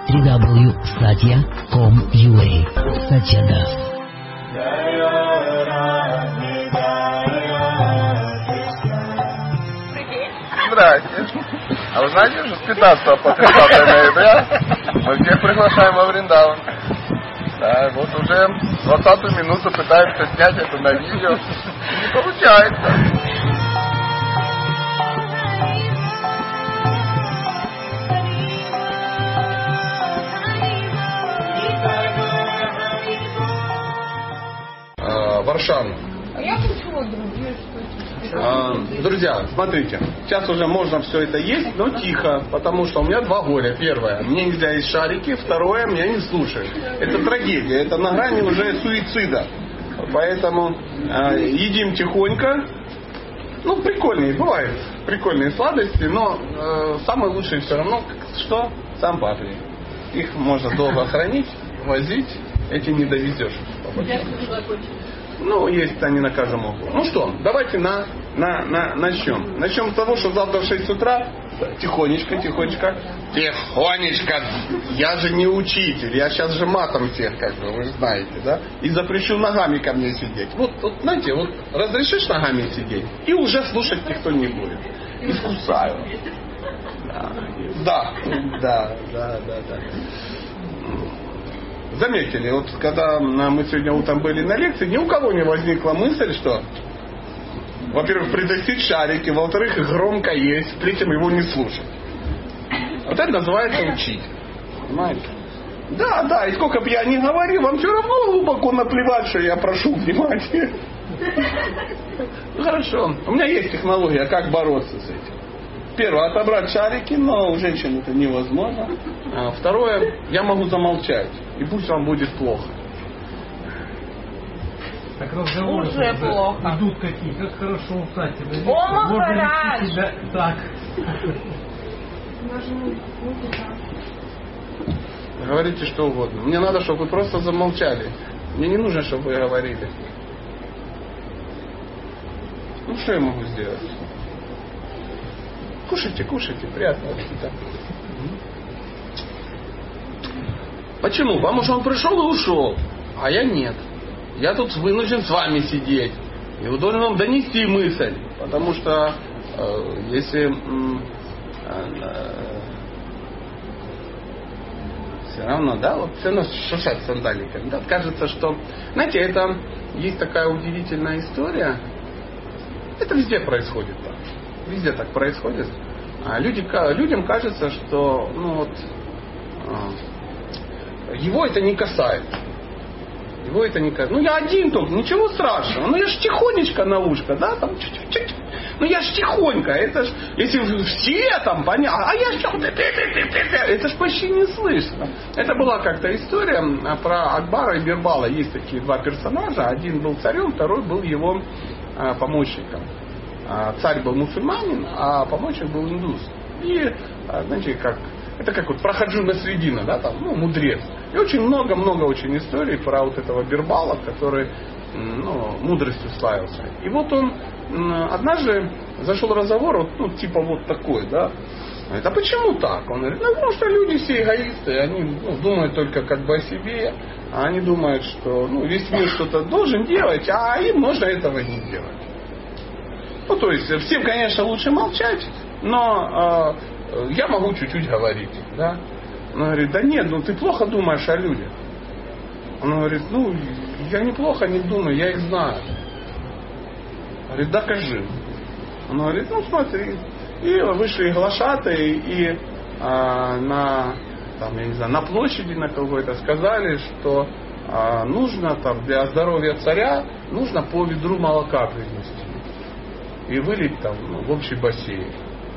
www.satya.com.ua Satyadas. Здрасте. А вы знаете, что с 15 по 30 ноября мы всех приглашаем во Вриндаван? Да, вот уже 20-ю минуту пытаемся снять это на видео. Не получается. Варшан. А я хочу другие штуки. Друзья, смотрите, сейчас уже можно все это есть, но тихо, потому что у меня два горя. Первое, мне нельзя есть шарики. Второе, меня не слушают. Это трагедия, это на грани уже суицида. Поэтому едим тихонько. Ну, прикольные, бывают прикольные сладости, но самое лучшее все равно, что сам папри. Их можно долго хранить, возить, эти не довезешь. Ну, есть они на каждом углу. Ну что, давайте начнем. Начнем с того, что завтра в 6 утра тихонечко. Я же не учитель, я сейчас же матом всех, как бы, вы знаете, да? И запрещу ногами ко мне сидеть. Вот знаете, вот разрешишь ногами сидеть, и уже слушать никто не будет. Искусаю. Да. Заметили, вот когда мы сегодня утром были на лекции, ни у кого не возникла мысль, что, во-первых, предостичь шарики, во-вторых, громко есть, в-третьем, его не слушать. Вот это называется учить. Понимаете? Да, и сколько бы я ни говорил, вам все равно глубоко наплевать, что я прошу внимания. Ну, хорошо, у меня есть технология, как бороться с этим. Первое, отобрать шарики, но у женщин это невозможно. Второе, я могу замолчать. И пусть вам будет плохо. Так разговоры уже плохо. Идут какие, как хорошо у Сати. О, Махарадж! Так. Говорите что угодно. Мне надо, чтобы вы просто замолчали. Мне не нужно, чтобы вы говорили. Ну, что я могу сделать? Кушайте, приятного аппетита. Почему? Потому что он пришел и ушел, а я нет. Я тут вынужден с вами сидеть. И вы должны вам донести мысль. Потому что если все равно, да, вот все равно шуршать сандаликами. Да, кажется, что, знаете, это есть такая удивительная история. Это везде происходит так. Везде так происходит. А людям кажется, что его это не касается. Ну я один только, ничего страшного. Ну я ж тихонечко на ушко, да, там чуть-чуть. Ну я ж тихонько, это ж, если все там понятно, а я ж это ж почти не слышно. Это была как-то история про Акбара и Бирбала. Есть такие два персонажа. Один был царем, второй был его помощником. Царь был мусульманин, а помощник был индус. И, знаете, это как вот Прохаджуна Средина, да, там, мудрец. И очень много очень историй про вот этого Бирбала, который, мудростью славился. И вот он однажды зашел разговор, типа вот такой, да. Говорит, а почему так? Он говорит, потому что люди все эгоисты, они думают только как бы о себе, а они думают, что весь мир что-то должен делать, а им можно этого не делать. То есть, всем, конечно, лучше молчать, но я могу чуть-чуть говорить. Да? Он говорит, да нет, ты плохо думаешь о людях. Он говорит, я неплохо не думаю, я их знаю. Говорит, докажи. Он говорит, смотри. И вышли глашатые, и на площади на какой-то сказали, что нужно для здоровья царя нужно по ведру молока принести. И вылить там в общий бассейн.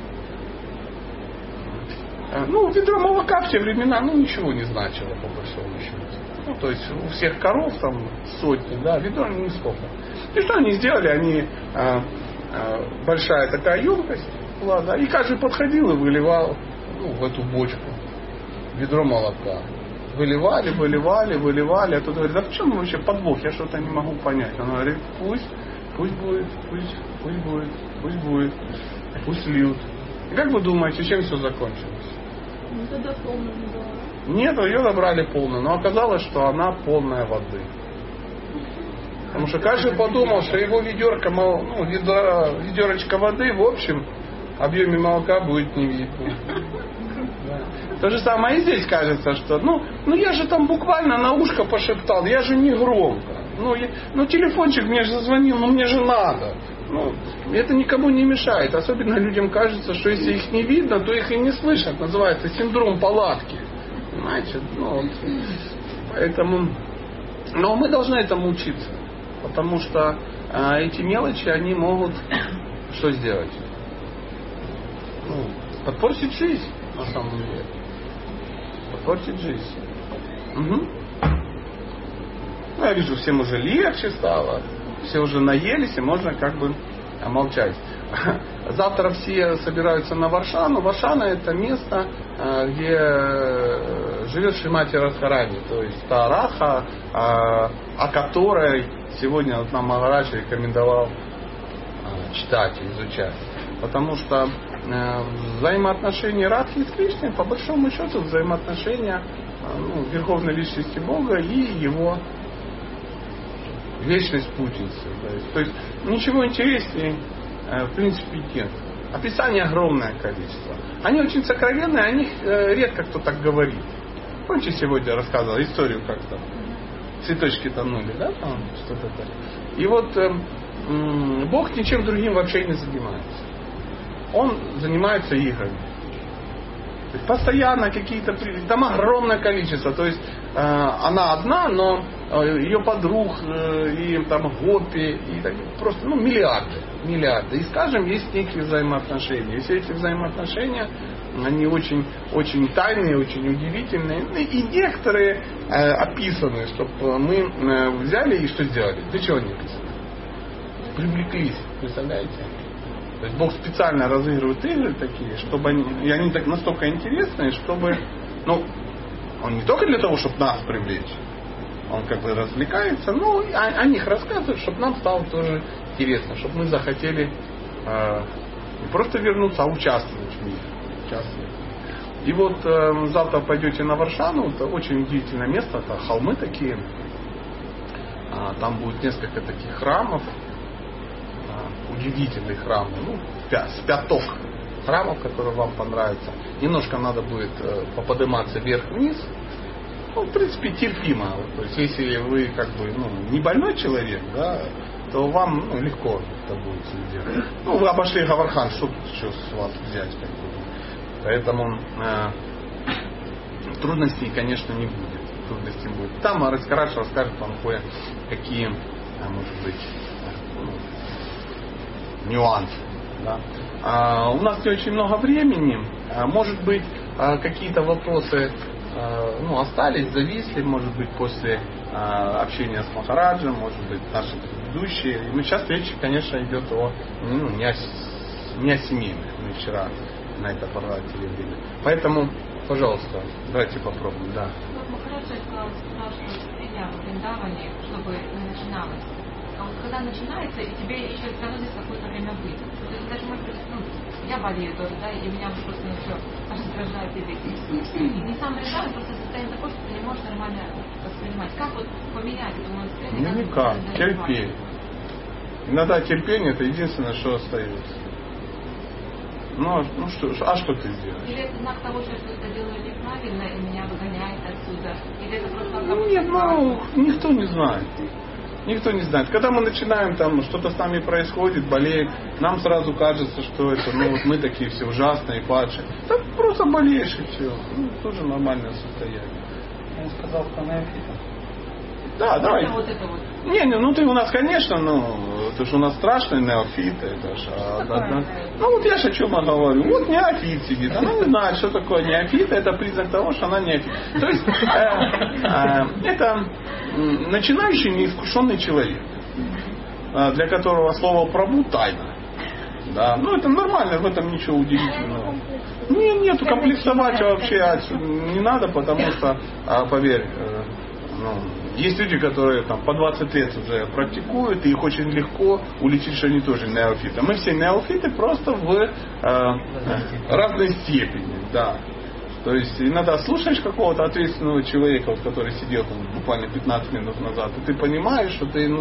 Ведро молока в те времена, ничего не значило, по большому счету. То есть у всех коров там сотни, да, ведро нисколько. И что они сделали? Они большая такая емкость была, да, и каждый подходил и выливал в эту бочку ведро молока. Выливали. А тут говорит, да в чем вообще подвох? Я что-то не могу понять. Он говорит, пусть будет, пусть льют. И как вы думаете, чем все закончилось? Это дословно не было. Нет, ее набрали полную, но оказалось, что она полная воды. Потому что каждый подумал, что его ведерко, ведерочка воды в общем объеме молока будет не видно. То же самое и здесь кажется, что я же там буквально на ушко пошептал, я же не громко. Телефончик мне же зазвонил, мне же надо. Это никому не мешает. Особенно людям кажется, что если их не видно, то их и не слышат. Называется синдром палатки. Понимаете? Поэтому... Но мы должны этому учиться. Потому что эти мелочи, они могут что сделать? Подпортить жизнь, на самом деле. Подпортить жизнь. Угу. Я вижу, всем уже легче стало. Все уже наелись, и можно как бы молчать. Завтра все собираются на Варшану. Варшана — это место, где живет Шримати Радхарани, то есть та Раха, о которой сегодня нам Махарадж рекомендовал читать, изучать. Потому что взаимоотношения Радхи с Кришной, по большому счету, взаимоотношения Верховной Личности Бога и Его вечной спутницы. То есть ничего интереснее в принципе нет. Описаний огромное количество. Они очень сокровенные, о них редко кто так говорит. Помните, сегодня я рассказывал историю как-то? Цветочки тонули, да? Там что-то так. И вот Бог ничем другим вообще не занимается. Он занимается играми. То есть постоянно какие-то... Там огромное количество. То есть она одна, но ее подруг и там гопи и так, просто миллиарды. И скажем, есть некие взаимоотношения. И все эти взаимоотношения, они очень, очень тайные, очень удивительные. И некоторые описаны, чтобы мы взяли и что сделали. Для чего они описаны? Привлеклись, представляете? То есть Бог специально разыгрывает игры такие, чтобы они так настолько интересные, чтобы, он не только для того, чтобы нас привлечь, он как бы развлекается, но о них рассказывает, чтобы нам стало тоже интересно, чтобы мы захотели не просто вернуться, а участвовать в них. И вот завтра пойдете на Варшану, это очень удивительное место, это холмы такие, там будет несколько таких храмов, удивительные храмы, с пяток храмов, которые вам понравятся. Немножко надо будет поподниматься вверх-вниз. В принципе, терпимо. То есть, если вы как бы не больной человек, да, то вам легко это будет делать. Вы обошли Гавархан, что тут еще с вас взять? Как бы. Поэтому трудностей, конечно, не будет. Там Раскараш расскажет вам кое-какие, может быть, нюансы. Да. У нас не очень много времени. Может быть, какие-то вопросы остались, зависли, может быть, после общения с Махараджем, может быть, наши предыдущие. И сейчас речь, конечно, идет не о семейных. Мы вчера на это потратили время. Поэтому, пожалуйста, давайте попробуем. Да. Махарадж сказал, что меня в Вриндаване, чтобы не начиналось. А вот когда начинается, и тебе еще все равно здесь какое-то время быть. То есть даже может быть, я болею тоже, да, и меня просто все раздражает язык. Не сам Вриндаван, просто состояние такое, что ты не можешь нормально воспринимать. Как вот поменять это настроение? Никак. Терпение. Иногда терпение — это единственное, что остается. Что ты делаешь? Или это знак того, что я что-то делаю неправильно, и меня выгоняет отсюда? Или это просто... Никто не знает. Никто не знает. Когда мы начинаем, там что-то с нами происходит, болеет, нам сразу кажется, что это, мы такие все ужасные, падшие. Да просто болеешь и все. Тоже нормальное состояние. Он сказал, что неофита. Да, давай. Вот это вот. Ты у нас, конечно, ты же у нас страшный неофит. Это ж, я же о чем я говорю. Вот неофит сидит. Она не знает, что такое неофит. Это признак того, что она неофит. То есть, это начинающий неискушенный человек, для которого слово «прабу» тайна. Да. Это нормально, в этом ничего удивительного. Нету комплексовать вообще не надо, потому что, поверь, есть люди, которые по 20 лет уже практикуют, и их очень легко уличить, что они тоже неофиты. Мы все неофиты, просто в разной степени. Да. То есть иногда слушаешь какого-то ответственного человека, вот, который сидел там буквально 15 минут назад, и ты понимаешь, что ты,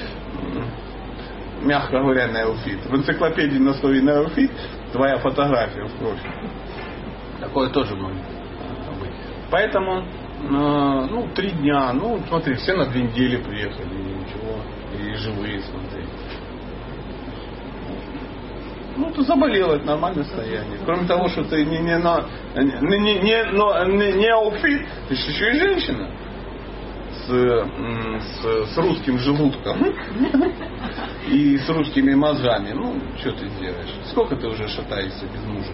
мягко говоря, неофит. В энциклопедии на слове неофит твоя фотография в профиле. Такое тоже может быть. Поэтому 3 дня, смотри, все на 2 недели приехали, и ничего, и живые, смотри. Ты заболел, это нормальное состояние. Кроме того, что ты не неофит, ты еще и женщина с русским желудком и с русскими мозгами. Что ты делаешь? Сколько ты уже шатаешься без мужа?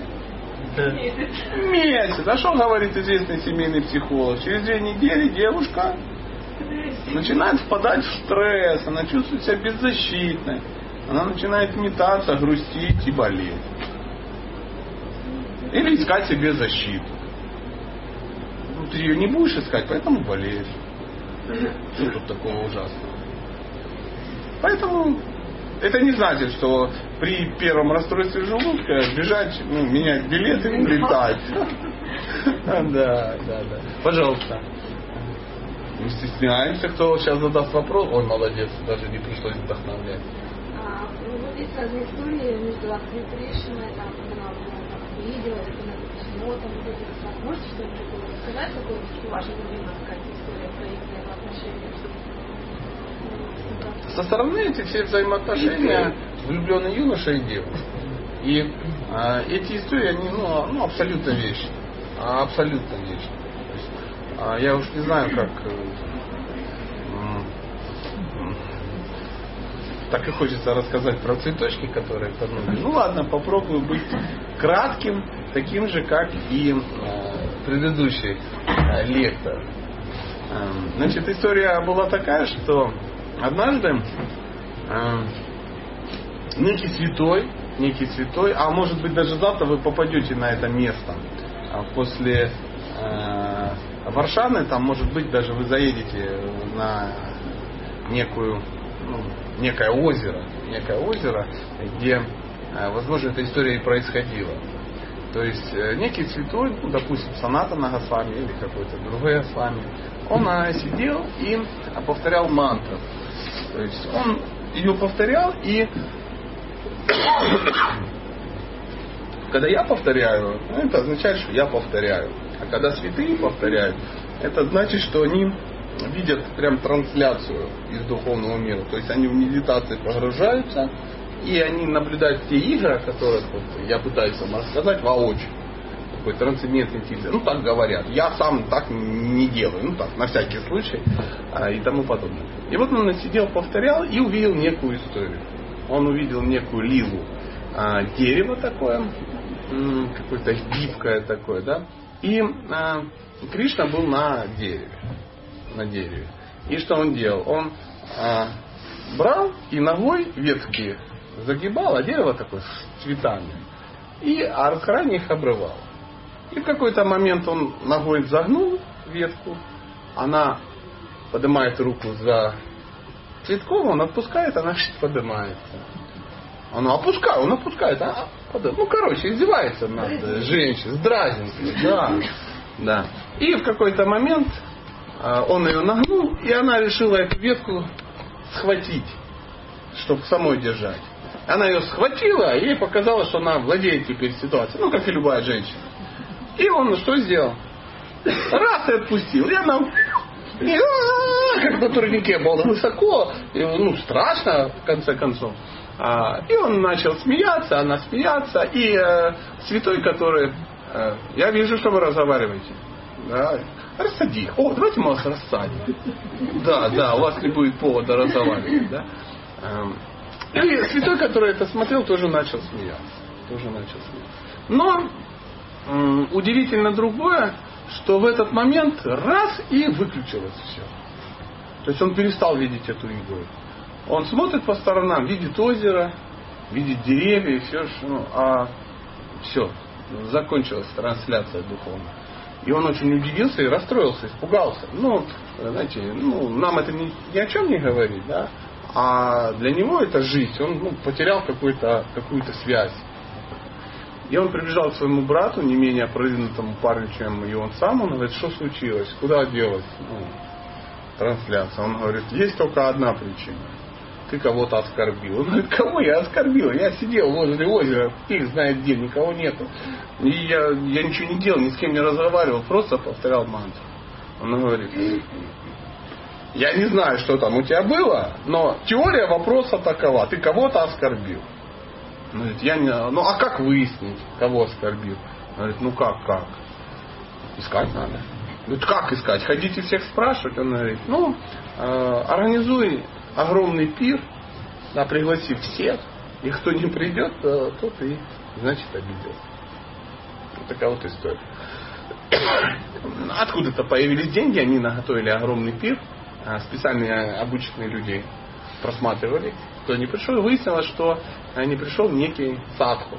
Месяц. А что говорит известный семейный психолог? Через 2 недели девушка начинает впадать в стресс, она чувствует себя беззащитной. Она начинает метаться, грустить и болеть. Или искать себе защиту. Ты ее не будешь искать, поэтому болеешь. Что тут такого ужасного? Поэтому это не значит, что при первом расстройстве желудка бежать, менять билеты и улетать. Да. Пожалуйста. Не стесняемся, кто сейчас задаст вопрос. Ой, молодец, даже не пришлось вдохновлять. Вот есть разные истории между Лакшми Кришной, там, она видео, это письмо, там, вот это. Можете что-нибудь такое рассказать, какое ваша любимая какая-то история про их взаимоотношения? Со стороны эти все взаимоотношения влюбленный юноша и девушка. И эти истории, они абсолютно вечны. Абсолютно вечны. Я уж не знаю, как... Так и хочется рассказать про цветочки, которые тонули. Ладно, попробую быть кратким, таким же, как и предыдущий лектор. Значит, история была такая, что однажды некий святой, а может быть даже завтра вы попадете на это место. После Варшаны, там, может быть, даже вы заедете на некое озеро, где, возможно, эта история и происходила. То есть некий святой, допустим, Санатана Госвами или какой-то другой Госвами, он сидел и повторял мантру. То есть он ее повторял, и когда я повторяю, это означает, что я повторяю. А когда святые повторяют, это значит, что они видят прям трансляцию из духовного мира. То есть они в медитации погружаются, и они наблюдают те игры, о которых я пытаюсь вам рассказать воочию. Такой трансцендентный телевизор. Так говорят. Я сам так не делаю. Так, на всякий случай. И тому подобное. И вот он сидел, повторял и увидел некую историю. Он увидел некую лилу. Дерево такое. Какое-то гибкое такое, да. И Кришна был на дереве. И что он делал? Он брал и ногой ветки загибал, а дерево такое с цветами. И Радхарани их обрывал. И в какой-то момент он ногой загнул ветку, она поднимает руку за цветком, он отпускает, она поднимается. Он опускает, издевается над женщиной, дразнит ее, да. И в какой-то момент он ее нагнул, и она решила эту ветку схватить, чтобы самой держать. Она ее схватила, и ей показалось, что она владеет теперь ситуацией, как и любая женщина. И он что сделал? Раз и отпустил. И она, как на турнике, было высоко, страшно, в конце концов. И он начал смеяться, она смеяться, и святой, который... Я вижу, что вы разговариваете. Да. Рассади их. Давайте мы вас рассадим. Да, у вас не будет повода разговаривать. Да? И святой, который это смотрел, тоже начал смеяться. Но удивительно другое, что в этот момент раз и выключилось все. То есть он перестал видеть эту игру. Он смотрит по сторонам, видит озеро, видит деревья, и все, закончилась трансляция духовная. И он очень удивился и расстроился, испугался. Нам это ни о чем не говорит, да? А для него это жизнь. Он потерял какую-то связь. И он прибежал к своему брату, не менее продвинутому парню, чем и он сам. Он говорит, что случилось, куда делась трансляция. Он говорит, есть только одна причина. Ты кого-то оскорбил. Он говорит, кого я оскорбил? Я сидел возле озера, фиг знает где, никого нету. И я ничего не делал, ни с кем не разговаривал, просто повторял мантру. Он говорит, я не знаю, что там у тебя было, но теория вопроса такова. Ты кого-то оскорбил. Он говорит, ну а как выяснить, кого оскорбил? Он говорит, ну как? Искать надо. Говорит, как искать? Ходите всех спрашивать? Он говорит, организуй огромный пир, пригласи всех, и кто не придет, тот и, значит, обидел. Вот такая вот история. Откуда-то появились деньги, они наготовили огромный пир, специально обученные люди просматривали, кто не пришел, и выяснилось, что не пришел некий садху.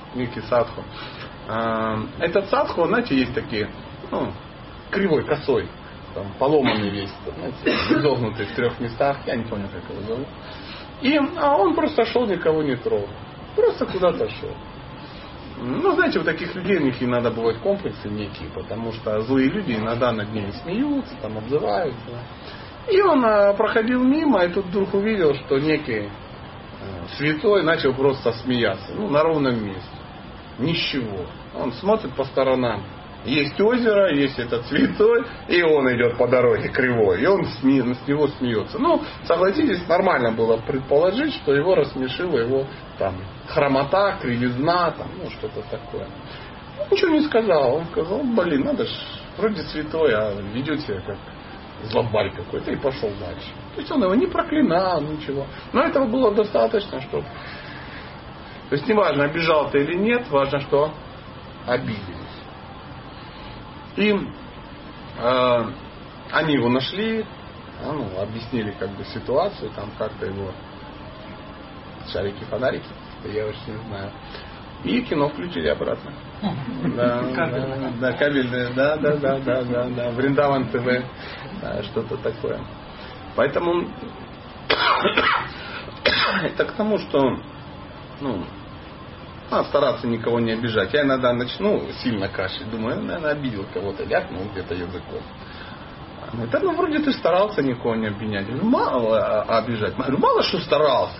Этот садху, знаете, есть такие, кривой, косой, там, поломанный весь, знаете, изогнутый в 3 местах, я не помню, как его зовут. И он просто шел, никого не трогал. Просто куда-то шел. Знаете, у таких людей у них иногда бывают комплексы некие, потому что злые люди иногда над ними смеются, там обзываются. И он проходил мимо, и тут вдруг увидел, что некий святой начал просто смеяться, на ровном месте. Ничего. Он смотрит по сторонам. Есть озеро, есть этот святой, и он идет по дороге кривой, и он с него смеется. Согласитесь, нормально было предположить, что его рассмешила его там хромота, кривизна, там, что-то такое. Он ничего не сказал. Он сказал, надо ж, вроде святой, а ведет себя как злобарь какой-то, и пошел дальше. То есть он его не проклинал, ничего. Но этого было достаточно, чтобы... То есть неважно, обижал ты или нет, важно, что обиделись. И они его нашли, объяснили ситуацию, там как-то его шарики-фонарики, я уж не знаю. И кино включили обратно. Да, кабельное, да, Вриндаван ТВ, что-то такое. Поэтому это к тому, что надо стараться никого не обижать. Я иногда начну сильно кашлять, думаю, наверное, обидел кого-то, ляпнул где-то языком. Вроде ты старался никого не обвинять. Мало обижать. Говорю, мало что старался.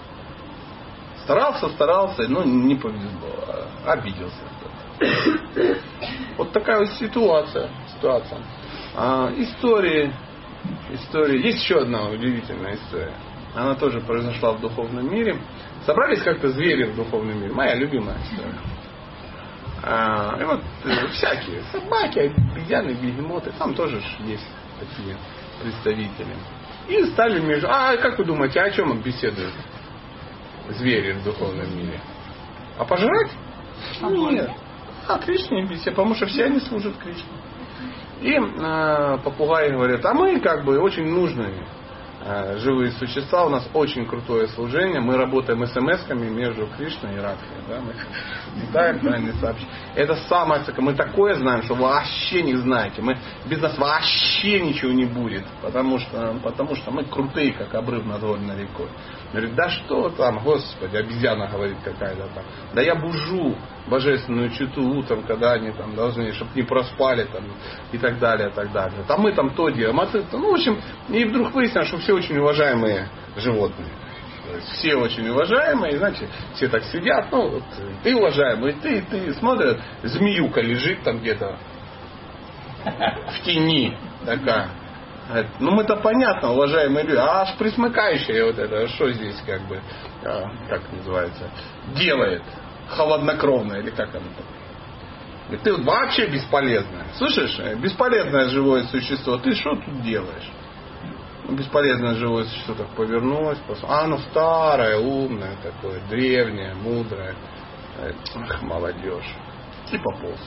Старался, не повезло. Обиделся кто-то. Вот такая вот ситуация. История. Есть еще одна удивительная история. Она тоже произошла в духовном мире. Собрались как-то звери в духовном мире. Моя любимая история. И вот всякие собаки, обезьяны, бегемоты. Там тоже есть такие представители. И стали между... как вы думаете, о чем беседуют звери в духовном мире? А пожрать? Нет. О Кришне беседуют, потому что все они служат Кришне. И попугаи говорят, мы очень нужные живые существа, у нас очень крутое служение, мы работаем смс-ками между Кришной и Радхой. Да? Мы читаем тайные сообщения. Это самое, мы такое знаем, что вы вообще не знаете. Без нас вообще ничего не будет, потому что мы крутые, как обрыв над горной рекой. Говорит, да что там, Господи, обезьяна говорит какая-то там. Да я бужу божественную читу утром, когда они там должны, чтобы не проспали там, и так далее, и так далее. Там мы там то делаем, в общем, и вдруг выяснилось, что все очень уважаемые животные. То есть все очень уважаемые, значит, все так сидят, ты уважаемый, ты смотрят, змеюка лежит там где-то в тени такая. Мы-то понятно, уважаемые люди, аж присмыкающая вот это, что здесь как называется, делает, холоднокровное, или как оно там. Ты вообще бесполезная. Слышишь, бесполезное живое существо, ты что тут делаешь? Бесполезное живое существо так повернулось, оно старое, умное такое, древнее, мудрое. Молодежь. И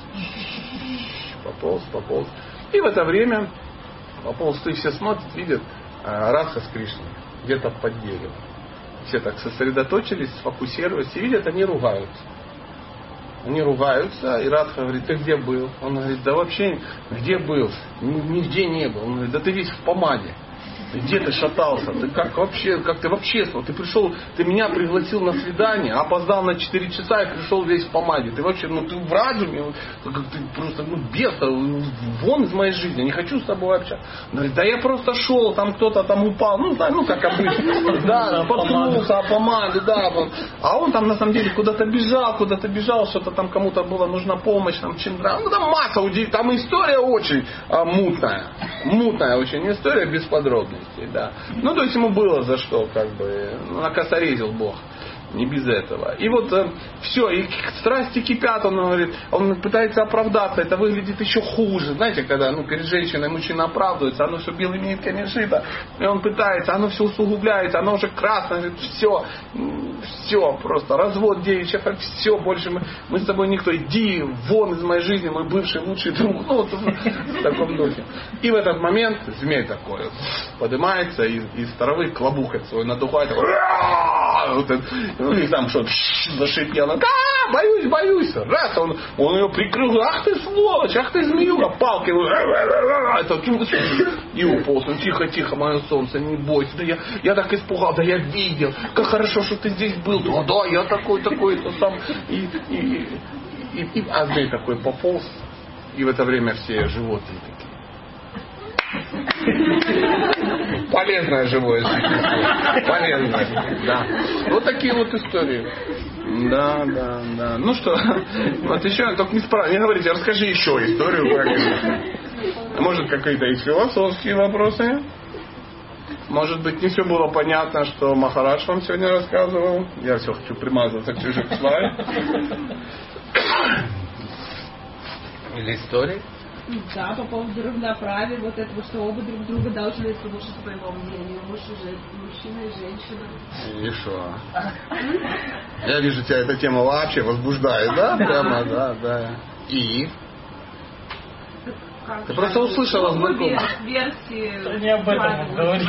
пополз. И в это время поползты все смотрят, видят Радха с Кришной где-то под деревом. Все так сосредоточились, сфокусировались и видят, они ругаются. И Радха говорит, ты где был? Он говорит, да вообще, где был? Нигде не был. Он говорит, да ты весь в помаде. Где ты шатался? Ты как ты вообще, ты пришел, ты меня пригласил на свидание, опоздал на 4 часа и пришел весь в помаде. Ты вообще, ты в разуме, ты просто, беса, вон из моей жизни, не хочу с тобой общаться. Он говорит, да я просто шел, там кто-то там упал, как обычно. Да, поткнулся о помаде, да. А он там на самом деле куда-то бежал, что-то там кому-то была нужна помощь, там там масса удивительных, там история очень мутная очень история без подробностей. Да. То есть ему было за что, накосорезил Бог. Не без этого. И вот все, и страсти кипят, он говорит, он пытается оправдаться, это выглядит еще хуже. Знаете, когда перед женщиной мужчина оправдывается, оно все белыми нитками шито, и он пытается, оно все усугубляется, оно уже красное, говорит, все, просто развод девичья, все, больше мы с тобой никто, иди вон из моей жизни, мой бывший лучший друг, в таком духе. И в этот момент змей такой поднимается и старовый клобухает свой надухает, и там что-то зашипел. Боюсь. Раз, он ее прикрыл. Ах ты сволочь, ах ты змеюга, палкой. И уполз. Тихо, мое солнце, не бойся. Да я так испугал, да я видел. Как хорошо, что ты здесь был. Да, я такой, то сам. А змей такой пополз. И в это время все животные такие. Полезное живое существо. Полезное. Да. Вот такие вот истории. Да. Ну что, вот еще, только не говорите, расскажи еще историю. Может, какие-то есть философские вопросы? Может быть, не все было понятно, что Махарадж вам сегодня рассказывал. Я все хочу примазаться к чужих слайд. Или истории? Да, по поводу равноправия, вот этого, что оба друг друга должны слушать своего мнения. Мужчина и женщина. И что? Я вижу, тебя эта тема вообще возбуждает, да? Прямо, да. И? Ты просто услышала знакомых. Версии. Не об этом говоришь.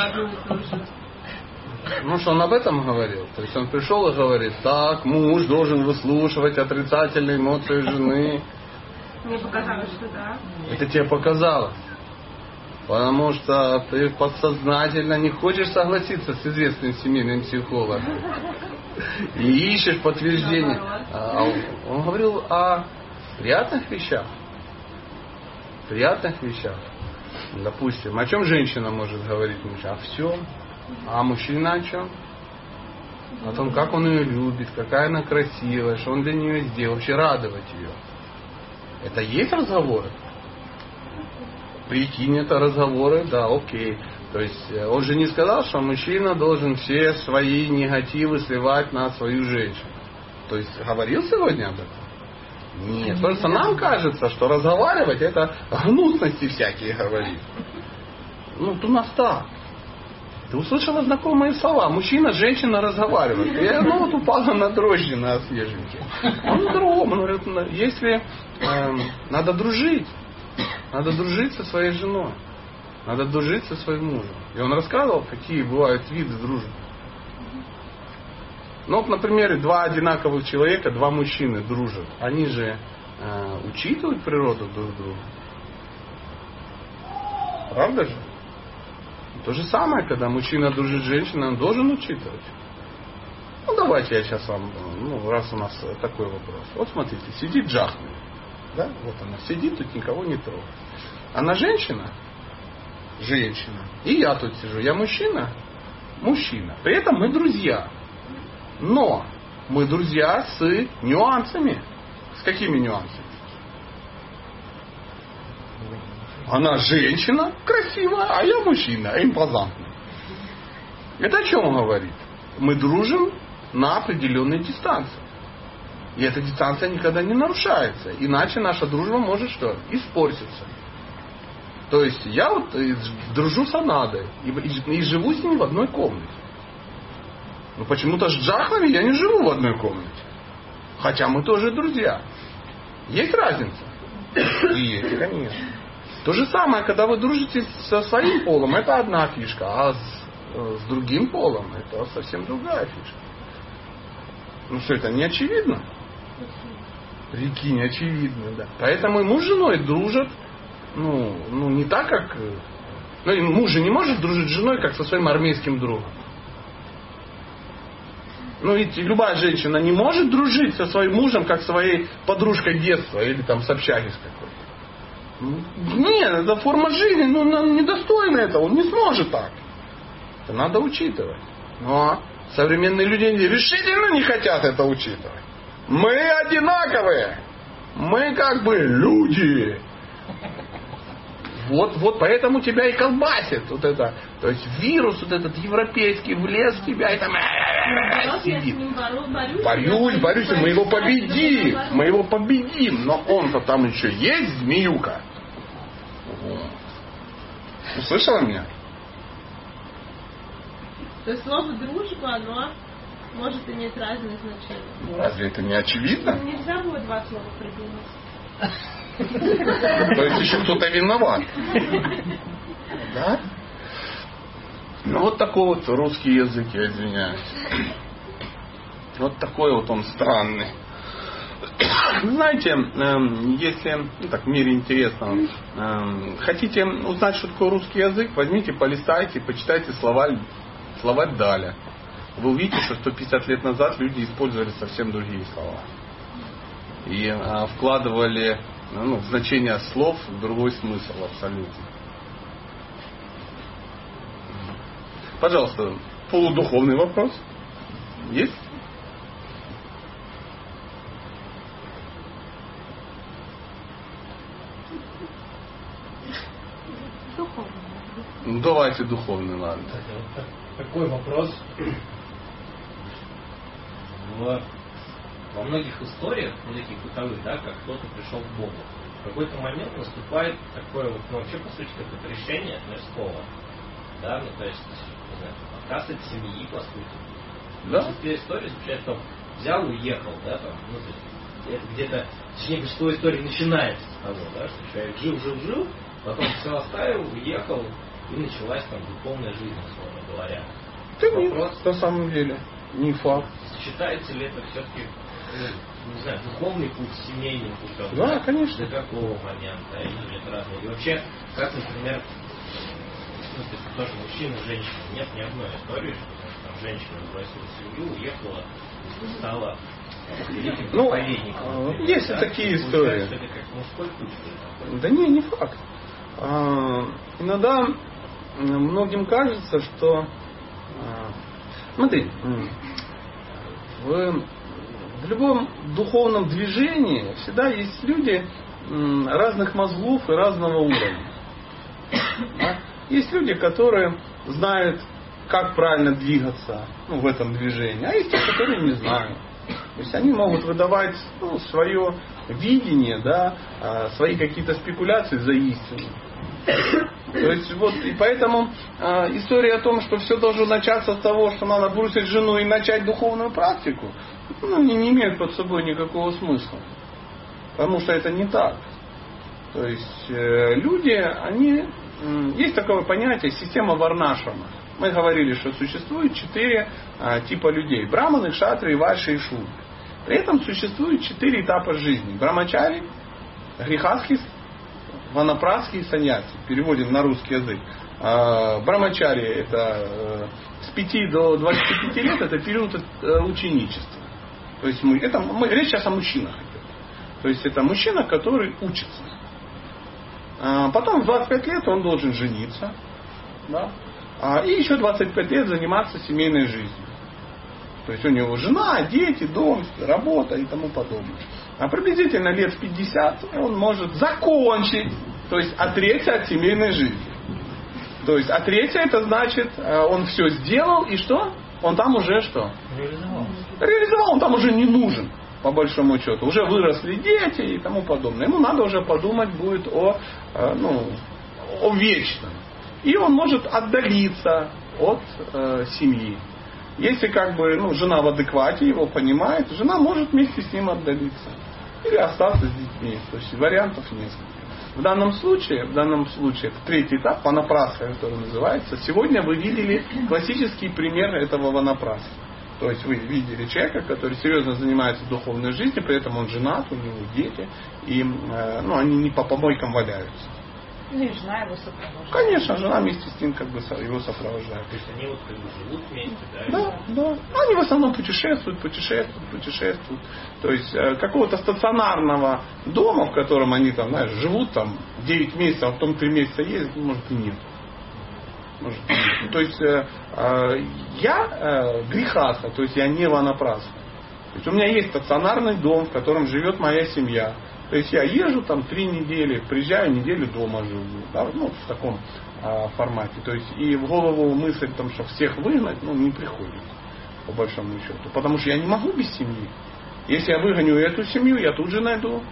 Что он об этом говорил? То есть он пришел и говорит, так, муж должен выслушивать отрицательные эмоции жены. Мне показалось, что да. Это тебе показалось. Потому что ты подсознательно не хочешь согласиться с известным семейным психологом. И ищешь подтверждение. Он говорил о приятных вещах. Допустим, о чем женщина может говорить мужчине? О всем. А мужчина о чем? О том, как он ее любит, какая она красивая, что он для нее сделал. Вообще радовать ее. Это есть разговоры? Прикинь, это разговоры, да, окей. То есть он же не сказал, что мужчина должен все свои негативы сливать на свою женщину. То есть говорил сегодня об этом? Нет. Просто нам кажется, что разговаривать это гнусности всякие говорить. У нас так. Ты услышала знакомые слова. Мужчина, женщина разговаривают. И упала на дрожжи на свеженькие. Он по-другому. Он говорит, если надо дружить со своей женой. Надо дружить со своим мужем. И он рассказывал, какие бывают виды дружбы. На примере, два одинаковых человека, два мужчины дружат. Они же учитывают природу друг друга. Правда же? То же самое, когда мужчина дружит с женщиной, он должен учитывать. Давайте я сейчас вам, раз у нас такой вопрос. Вот смотрите, сидит Джахми. Да? Вот она сидит, тут никого не трогает. Она женщина? Женщина. И я тут сижу. Я мужчина? Мужчина. При этом мы друзья. Но мы друзья с нюансами. С какими нюансами? Она женщина, красивая, а я мужчина, импозантный. Это о чем говорит? Мы дружим на определенной дистанции. И эта дистанция никогда не нарушается. Иначе наша дружба может что? Испортиться. То есть я дружу с Анадой и живу с ней в одной комнате. Но почему-то с Джахами я не живу в одной комнате. Хотя мы тоже друзья. Есть разница? Есть, конечно. То же самое, когда вы дружите со своим полом, это одна фишка, а с другим полом это совсем другая фишка. Что это, не очевидно? Прикинь, очевидно, да. Поэтому и муж с женой дружат, не так, как Ну, и муж же не может дружить с женой, как со своим армейским другом. Ну, ведь любая женщина не может дружить со своим мужем, как своей подружкой детства или там с общаги с какой-то. Нет, это форма жизни, ну, он недостойна этого, он не сможет так. Это надо учитывать. Но современные люди решительно не хотят это учитывать. Мы одинаковые. Мы как бы люди. Вот поэтому тебя и колбасит вот это. То есть вирус вот этот европейский влез в тебя и там сидит. Борюсь, мы его победим. Мы его победим. Но он-то там еще есть, змеюка. Услышала меня? То есть слово дружба, оно может иметь разные значения. Разве это не очевидно? Нельзя было два слова придумать. То есть еще кто-то виноват. Да? Ну вот такой вот русский язык, я извиняюсь. Вот такой вот он странный. Знаете, если так в мире интересно, хотите узнать, что такое русский язык, возьмите, полистайте, почитайте словарь Даля. Вы увидите, что 150 лет назад люди использовали совсем другие слова. И вкладывали в значение слов другой смысл абсолютно. Пожалуйста, полудуховный вопрос. Есть? Духовный. Давайте духовный, ладно. Такой вопрос. Во многих историях, таких бытовых, да, как кто-то пришел к Богу, в какой-то момент наступает такое вот, вообще по сути как решение мирского, да, то есть, не знаю, отказ от семьи, по сути. Да. Большинство историй заключается в том, взял, уехал, да, там, это где-то, точнее, что история начинается с того, да, что человек жил, потом все оставил, уехал, и началась там духовная жизнь, условно говоря. Да нет, на самом деле, не факт. Считается ли это все-таки, не знаю, духовный путь, семейный путь? Да, конечно. До какого момента? Или это разное? И вообще, как, например, тоже мужчина, женщина, нет ни одной истории, что там женщина бросила семью, уехала, стала великим проповедником. Есть и такие истории. Это как мужской путь. Да не факт. Иногда многим кажется, что смотри, в любом духовном движении всегда есть люди разных мозгов и разного уровня. Да? Есть люди, которые знают, как правильно двигаться в этом движении, а есть те, которые не знают. То есть они могут выдавать свое видение, да, свои какие-то спекуляции за истину. То есть вот, и поэтому история о том, что все должно начаться с того, что надо бросить жену и начать духовную практику, не имеет под собой никакого смысла. Потому что это не так. То есть люди, они... Есть такое понятие система варнашрама. Мы говорили, что существует 4 типа людей. Браманы, кшатрии, вайши и шудри. При этом существует 4 этапа жизни. Брамачари, грихастхи, ванапрастхи и саньяси. Переводим на русский язык. Брамачари это с 5 до 25 лет, это период ученичества. То есть речь сейчас о мужчинах. То есть это мужчина, который учится. Потом в 25 лет он должен жениться. Да? И еще 25 лет заниматься семейной жизнью. То есть у него жена, дети, дом, работа и тому подобное. А приблизительно лет в 50 он может закончить, то есть отречься от семейной жизни. То есть отречься это значит, он все сделал и что? Он там уже что? Реализовал, он там уже не нужен. По большому счету. Уже выросли дети и тому подобное. Ему надо уже подумать будет о вечном. И он может отдалиться от семьи. Если жена в адеквате его понимает, жена может вместе с ним отдалиться. Или остаться с детьми. То есть вариантов несколько. В данном случае, это 3-й этап, ванапрастха, который называется. Сегодня вы видели классический пример этого ванапрастха. То есть вы видели человека, который серьезно занимается духовной жизнью, при этом он женат, у него дети, и они не по помойкам валяются. Ну и жена его сопровождает. Конечно, жена вместе с ним как бы его сопровождает. То есть они вот как бы живут вместе, да? Да. Они в основном путешествуют. То есть какого-то стационарного дома, в котором они там, знаешь, живут там 9 месяцев, а потом 3 месяца ездят, может и нет. То есть я грехаса, то есть я не ванапрасха. То есть у меня есть стационарный дом, в котором живет моя семья. То есть я езжу там 3 недели, приезжаю, неделю дома живу. Да, ну, в таком формате. То есть и в голову мысль, там, что всех выгнать, не приходит, по большому счету. Потому что я не могу без семьи. Если я выгоню эту семью, я тут же найду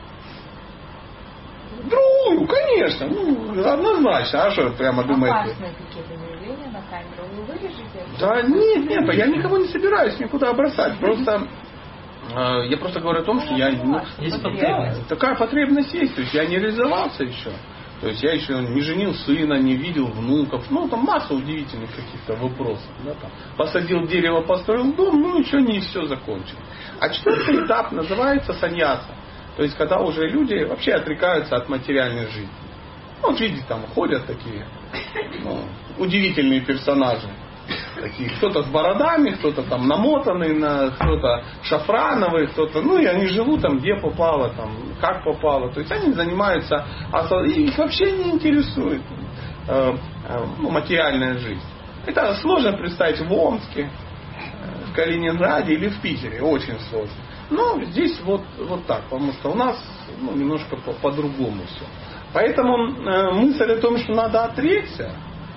другую, конечно. Однозначно. А что прямо думаете? Опасные какие-то заявления на камеру вы вырежете? Да нет, я никого не собираюсь никуда бросать. Просто я просто говорю о том, что я... Есть потребность. Такая потребность есть. То есть я не реализовался еще. То есть я еще не женил сына, не видел внуков. Там масса удивительных каких-то вопросов. Да, там. Посадил дерево, построил дом, еще не все закончил. А 4-й этап называется саньяса. То есть когда уже люди вообще отрекаются от материальной жизни. Вот видите, там ходят такие удивительные персонажи. Такие, кто-то с бородами, кто-то там намотанный, кто-то шафрановый, кто-то, и они живут там, где попало, там, как попало. То есть они занимаются, и их вообще не интересует материальная жизнь. Это сложно представить в Омске, в Калининграде или в Питере, очень сложно. Но здесь вот так, потому что у нас немножко по-другому все. Поэтому мысль о том, что надо отречься,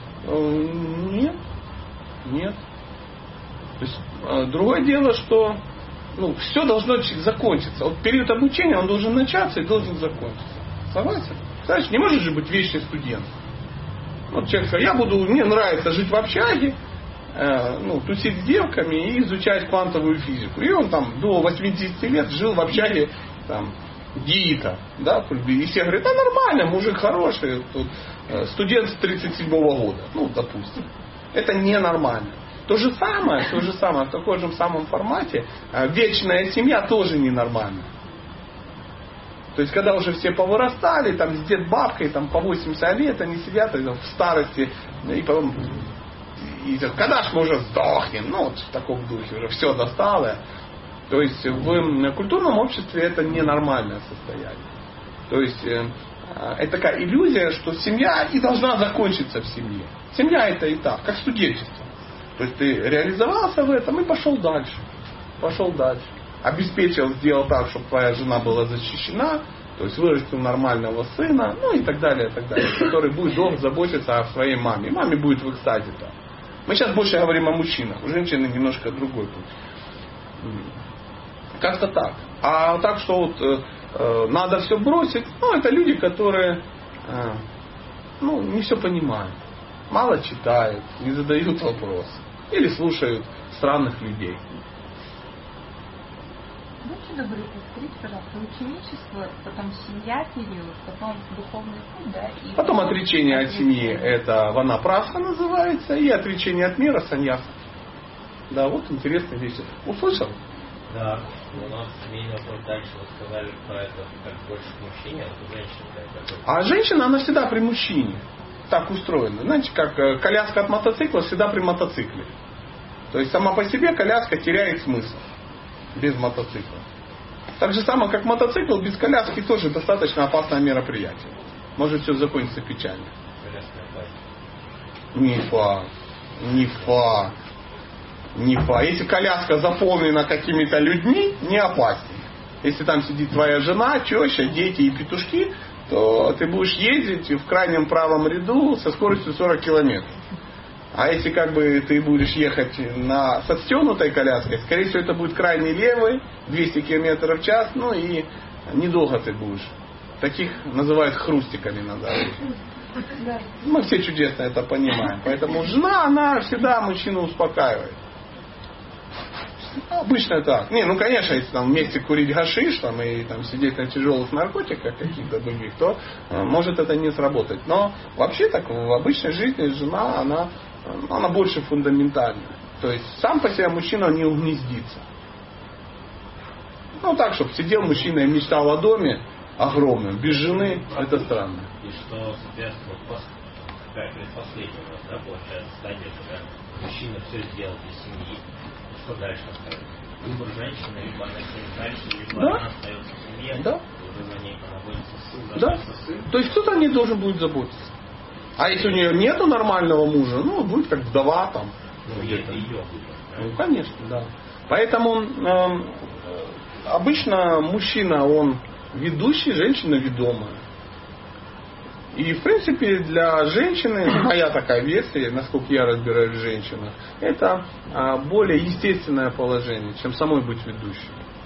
нет. То есть, другое дело, что все должно закончиться. Вот период обучения, он должен начаться и должен закончиться. Согласен? Знаешь, не может же быть вечный студент. Вот человек сказал, мне нравится жить в общаге, тусить с девками и изучать квантовую физику. И он там до 80 лет жил в общаге ГИИТа. Да? И все говорят, нормально, мужик хороший, тут, студент с 37-го года, допустим. Это ненормально. То же самое, в таком же самом формате, вечная семья тоже ненормальна. То есть, когда уже все повырастали, там, с дед-бабкой, там, по 80 лет, они сидят в старости, и потом, когда ж мы уже сдохнем, в таком духе, уже все достало. То есть, в культурном обществе это ненормальное состояние. То есть, это такая иллюзия, что семья и должна закончиться в семье. Семья это этап, как студенчество. То есть ты реализовался в этом и пошел дальше. Обеспечил, сделал так, чтобы твоя жена была защищена, то есть вырастил нормального сына, и так далее, который будет долго заботиться о своей маме. Маме будет в экстазе там. Мы сейчас больше говорим о мужчинах, у женщины немножко другой путь. Как-то так. А так, что надо все бросить, это люди, которые не все понимают. Мало читают, не задают вопросы. Или слушают странных людей. Будьте добры, повторите, пожалуйста, ученичество, потом семья период, потом духовный путь, да? И потом отречение от семьи, это ванапрасха называется, и отречение от мира, саньяса. Да, вот интересные вещи. Услышал? Да, у нас семейный вопрос дальше вы сказали про это как больше к мужчине, а у женщины как. А женщина, она всегда при мужчине. Так устроена. Знаете, как коляска от мотоцикла всегда при мотоцикле. То есть сама по себе коляска теряет смысл без мотоцикла. Так же самое, как мотоцикл без коляски тоже достаточно опасное мероприятие. Может все закончиться печально. Не факт. Если коляска заполнена какими-то людьми, не опаснее. Если там сидит твоя жена, теща, дети и петушки, то ты будешь ездить в крайнем правом ряду со скоростью 40 километров. А если ты будешь ехать со стянутой коляской, скорее всего это будет крайний левый, 200 км в час, и недолго ты будешь. Таких называют хрустиками на дороге. Мы все чудесно это понимаем. Поэтому жена, она всегда мужчину успокаивает. Обычно так. Конечно, если вместе курить гашиш и сидеть на тяжелых наркотиках каких-то других, то может это не сработать. Но вообще так в обычной жизни жена, она больше фундаментальная. То есть сам по себе мужчина не угнездится. Так, чтобы сидел мужчина и мечтал о доме, огромным. Без жены это странно. И что, соответственно, предпоследнего, да, получается, стадия, когда мужчина все сделал для семьи. Что дальше остается? Выбор женщины, либо она идет дальше, либо она остается в семье, уже за ней находится сын, То есть кто-то о ней должен будет заботиться. А если у нее нету нормального мужа, ну, будет как вдова там. Ну, это ее выбор. Ну, конечно, да. Поэтому обычно мужчина, он ведущий, женщина ведомая. И, в принципе, для женщины, моя такая версия, насколько я разбираюсь в женщинах, это более естественное положение, чем самой быть ведущей.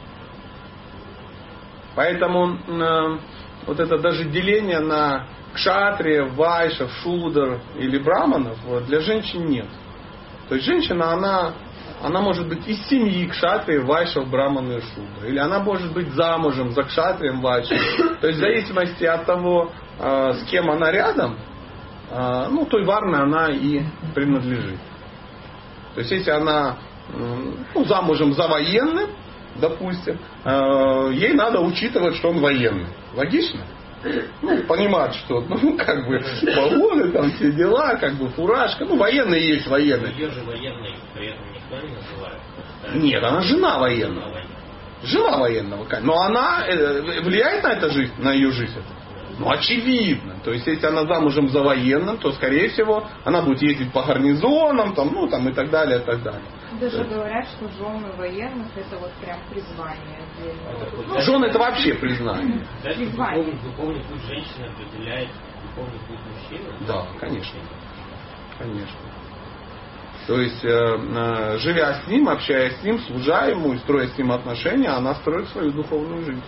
Поэтому вот это даже деление на кшатриев, вайшев, шудр или браманов для женщин нет. То есть женщина, она может быть из семьи кшатриев, вайшев, брамана и шудра. Или она может быть замужем за кшатрием, вайшем. То есть в зависимости от того, с кем она рядом, той варне она и принадлежит. То есть если она замужем за военным, допустим, ей надо учитывать, что он военный. Логично? Понимать, что, погоны, там все дела, фуражка. Военный есть военный. Ее же военной при этом никто не называет. Нет, она жена военного. Жена военного. Но она влияет на эту жизнь, на ее жизнь? Очевидно. То есть, если она замужем за военным, то, скорее всего, она будет ездить по гарнизонам, и так далее, и так далее. Даже говорят, что жены военных это вот прям призвание. Жены это вообще признание. Духовный путь женщины определяет духовный путь мужчины? Да, конечно. Конечно. То есть, живя с ним, общаясь с ним, служа ему и строя с ним отношения, она строит свою духовную жизнь.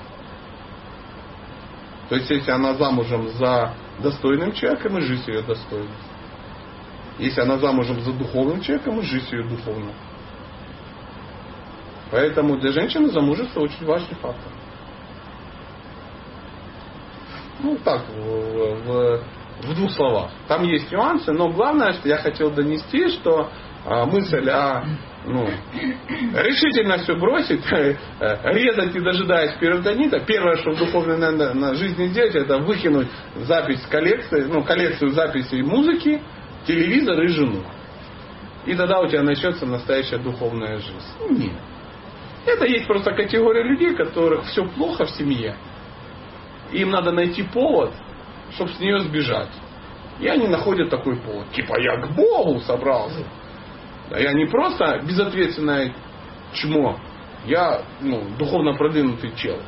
То есть, если она замужем за достойным человеком, и жизнь ее достойна. Если она замужем за духовным человеком, и жизнь ее духовна. Поэтому для женщины замужество очень важный фактор. Так, в двух словах. Там есть нюансы, но главное, что я хотел донести, что мысль о решительно все бросить, резать не дожидаясь периодонита. Первое, что в духовной жизни делать, это выкинуть запись коллекции, коллекцию записей музыки, телевизор и жену. И тогда у тебя начнется настоящая духовная жизнь. Нет. Это есть просто категория людей, которых все плохо в семье. Им надо найти повод, чтобы с нее сбежать. И они находят такой повод. Я к Богу собрался. Я не просто безответственное чмо. Я духовно продвинутый чел.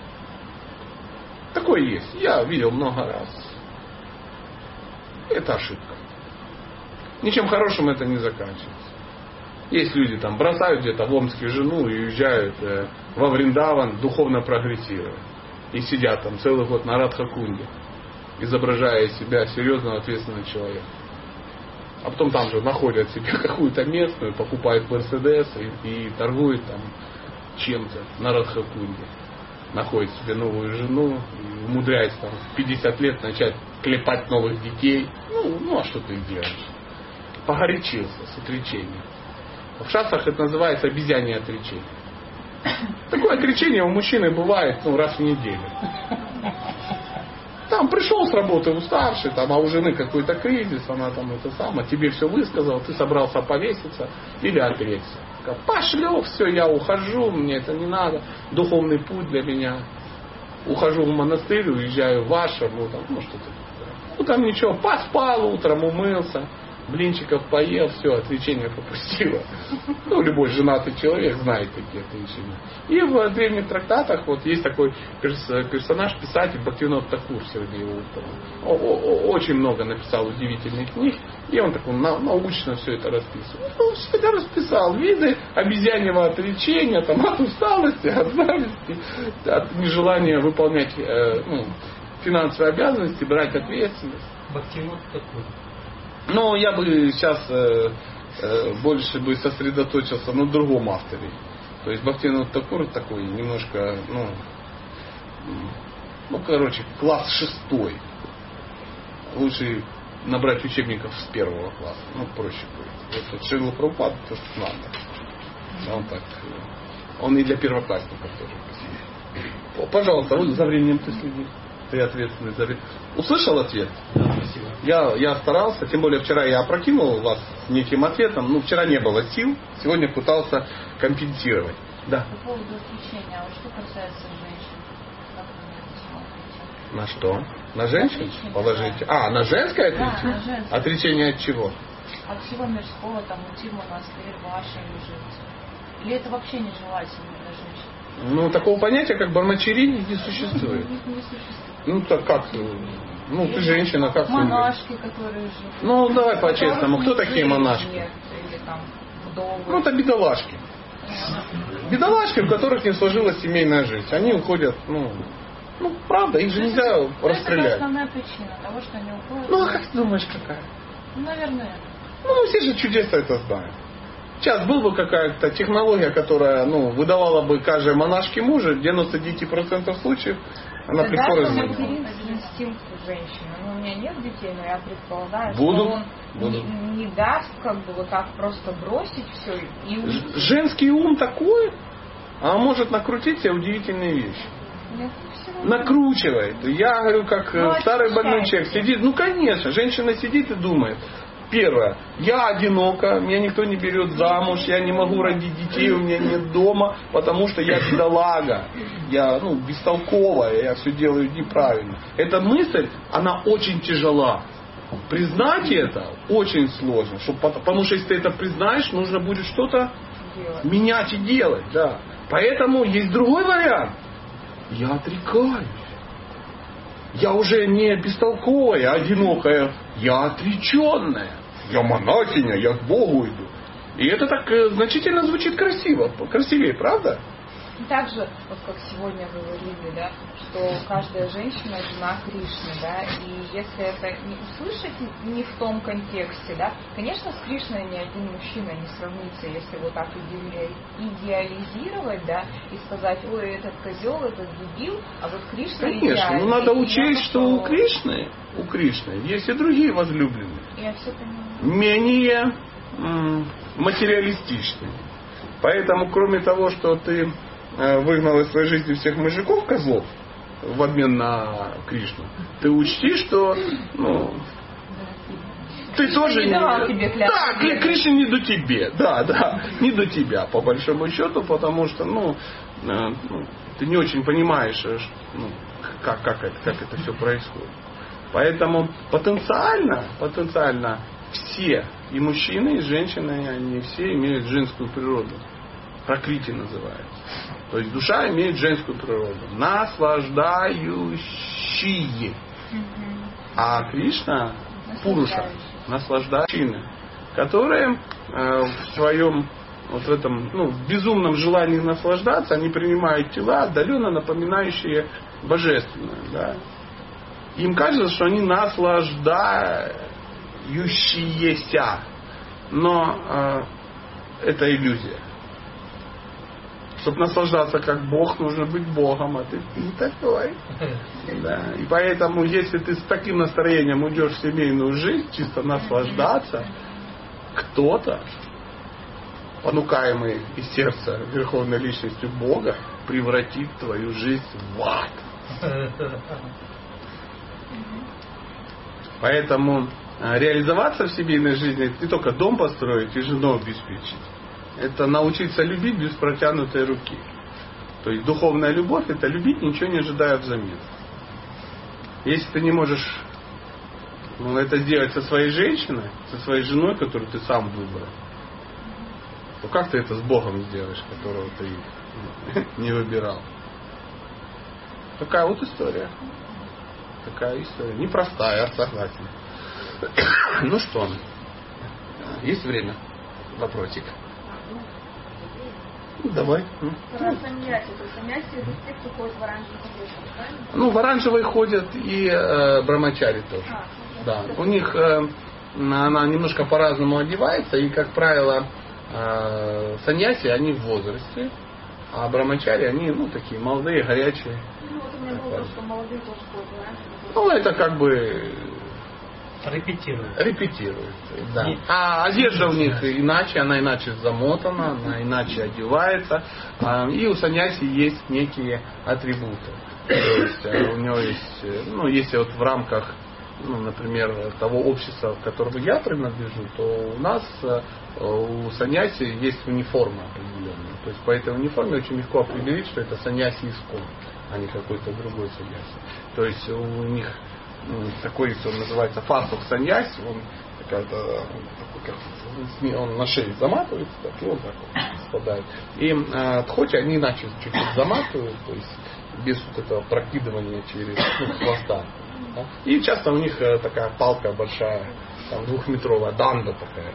Такое есть. Я видел много раз. Это ошибка. Ничем хорошим это не заканчивается. Есть люди бросают где-то в Омске жену и уезжают во Вриндаван духовно прогрессировать. И сидят там целый год на Радха-кунде, изображая из себя серьезного ответственного человека. А потом там же находят себе какую-то местную, покупают Мерседес и торгуют там чем-то на Радха-кунде. Находит себе новую жену, и умудряется в 50 лет начать клепать новых детей. А что ты делаешь? Погорячился с отречением. В шастрах это называется обезьянье отречение. Такое отречение у мужчины бывает раз в неделю. Там пришел с работы уставший, а у жены какой-то кризис, она тебе все высказала, ты собрался повеситься или отречься. Пошлю, все, я ухожу, мне это не надо, духовный путь для меня. Ухожу в монастырь, уезжаю в Ашрам, что-то. Там ничего, поспал утром, умылся, блинчиков поел, все, отречение попустило. Любой женатый человек знает такие отречения. И в древних трактатах есть такой персонаж, писатель Бхактивинод Такур Сергей Ултов. Очень много написал удивительных книг, и он научно все это расписывает. Все это расписал. Виды обезьяньего отречения, от усталости, от зависти, от нежелания выполнять финансовые обязанности, брать ответственность. Бхактивинод Такур. Но я бы сейчас больше сосредоточился на другом авторе. То есть Бхактивинод Такур такой немножко, класс 6. Лучше набрать учебников с 1 класса. Проще будет. Шрила Прабхупада то, что надо. Он и для первоклассников тоже посидит. Пожалуйста, вот за временем ты следи. Ты ответственный за время. Услышал ответ? Да, спасибо. Я старался, тем более вчера я опрокинул вас неким ответом. Ну, вчера не было сил, сегодня пытался компенсировать. Да. По поводу отречения, а вот что касается женщин? Как вы на это смотрите? На что? На женщин? Отречение, Положите. да. На женское Да, отречение? на женское. Отречение от чего? От всего мирского, там, уйти в монастырь, в Ашем жить. Или это вообще нежелательно для женщин? Ну, такого понятия, как бармачери, не существует. Не существует. Ну, так как? Ну, ты женщина, как ты? Монашки, которые живут. Ну, давай по-честному. Кто такие монашки? Или там вдовы. Ну, это бедолашки. Бедолашки, у которых не сложилась семейная жизнь. Они уходят, ну, правда, их же нельзя Это расстрелять. основная причина того, что они уходят. Ну, а как ты думаешь, какая? Ну, наверное. Ну, все же чудеса это знают. Сейчас была бы какая-то технология, которая, выдавала бы каждой монашке мужа, в 99% случаев она Это приходит даже за ним. материнский инстинкт у женщины. Ну, у меня нет детей, но я предполагаю, Буду. что он не даст как бы вот так просто бросить все и уйти. Женский ум такой, а может накрутить себе удивительные вещи. Нет, всё равно. Накручивает. Я говорю, как старый больной ощущаете. человек сидит. Ну, конечно, женщина сидит и думает. Первое. Я одинока, меня никто не берет замуж, я не могу родить детей, у меня нет дома, потому что я бедолага, я бестолковая, я все делаю неправильно. Эта мысль, она очень тяжела. Признать это очень сложно, потому что если ты это признаешь, нужно будет что-то менять и делать. Да. Поэтому есть другой вариант. Я отрекаюсь. Я уже не бестолковая, одинокая, я отреченная. Я монахиня, я к Богу иду. И это так значительно звучит красиво. Красивее, правда? Также, вот как сегодня говорили, да, что каждая женщина жена Кришны, да, и если это не услышать не в том контексте, да, конечно, с Кришной ни один мужчина не сравнится, если вот так идеализировать, да, и сказать, ой, этот козел, этот дебил, а вот Кришна Конечно, идеальный. надо И учесть, я что у Кришны есть и другие возлюбленные. Я все понимаю. Менее материалистичные. Поэтому, кроме того, что ты выгнал из своей жизни всех мужиков, козлов, в обмен на Кришну, ты учти, что ты тоже не давал тебе клятву. Да, Кришна не до тебе. Да, не до тебя, по большому счету, потому что ты не очень понимаешь, как это все происходит. Поэтому потенциально все, и мужчины, и женщины, они все имеют женскую природу. Пракрити называется. То есть душа имеет женскую природу. Наслаждающие. А Кришна, Пуруша, наслаждающие, которые в своем в этом в безумном желании наслаждаться, они принимают тела, отдаленно напоминающие божественное. Да? Им кажется, что они наслаждающиеся. Но это иллюзия. Чтобы наслаждаться как Бог, нужно быть Богом, а ты не такой. Да. И поэтому, если ты с таким настроением уйдешь в семейную жизнь, чисто наслаждаться, кто-то, понукаемый из сердца Верховной Личностью Бога, превратит твою жизнь в ад. Поэтому реализоваться в семейной жизни, это не только дом построить и жену обеспечить. Это научиться любить без протянутой руки. То есть духовная любовь — это любить, ничего не ожидая взамен. Если ты не можешь это сделать со своей женщиной, со своей женой, которую ты сам выбрал, то как ты это с Богом сделаешь, которого ты не выбирал? Такая вот история. Такая история. Непростая, согласен. Ну что, есть время? Вопросик. Давай. Про саньяси. То есть саньяси это те, кто ходит в оранжевых одеждах, правильно? В оранжевой ходят и брамачари тоже. Да. У них она немножко по-разному одевается, и, как правило, саньяси, они в возрасте, а брамачари, они, такие молодые, горячие. Вот у меня был вопрос, что молодые тоже ходят в оранжевых. Это как бы Репетируют, да. А одежда у них иначе, она иначе замотана, она иначе одевается. И у саньяси есть некие атрибуты. То есть у него есть, если вот в рамках, например, того общества, к которому я принадлежу, то у нас, у саньяси есть униформа определенная. То есть по этой униформе очень легко определить, что это саньяси искон, а не какой-то другой саньяси. То есть у них такой, он называется фасух саньяси, он на шее заматывается, так, и он так вот спадает. И тхочи они иначе чуть-чуть заматывают, то есть без вот этого прокидывания через хвоста. Да? И часто у них такая палка большая, там 2-метровая данда такая.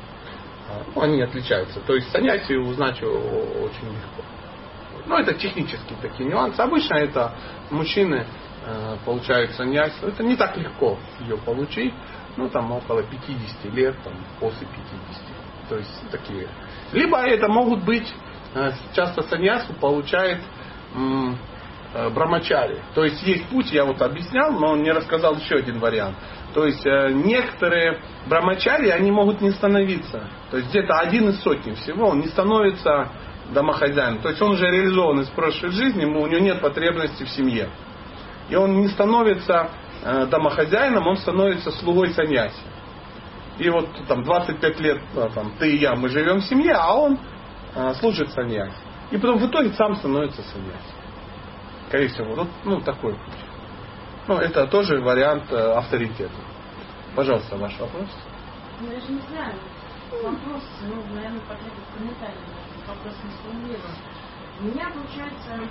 Они отличаются. То есть саньяси узнать очень легко. Это технические такие нюансы. Обычно это мужчины получают саньяси. Это не так легко ее получить. Там около 50 лет, после 50. То есть такие. Либо это могут быть, часто саньясу получает брамачари. То есть есть путь, я вот объяснял, но не рассказал еще один вариант. То есть некоторые брамачари, они могут не становиться. То есть где-то 1 из сотни всего, он не становится домохозяином. То есть он уже реализован из прошлой жизни, у него нет потребности в семье. И он не становится домохозяином, он становится слугой саньяси. И вот 25 лет ты и я, мы живем в семье, а он служит саньяси. И потом в итоге сам становится саньяси. Скорее всего, такой путь. Это тоже вариант авторитета. Пожалуйста, ваш вопрос. Я же не знаю. Вопрос, наверное, потребует комментария. Вопрос не сформулирован. У меня получается,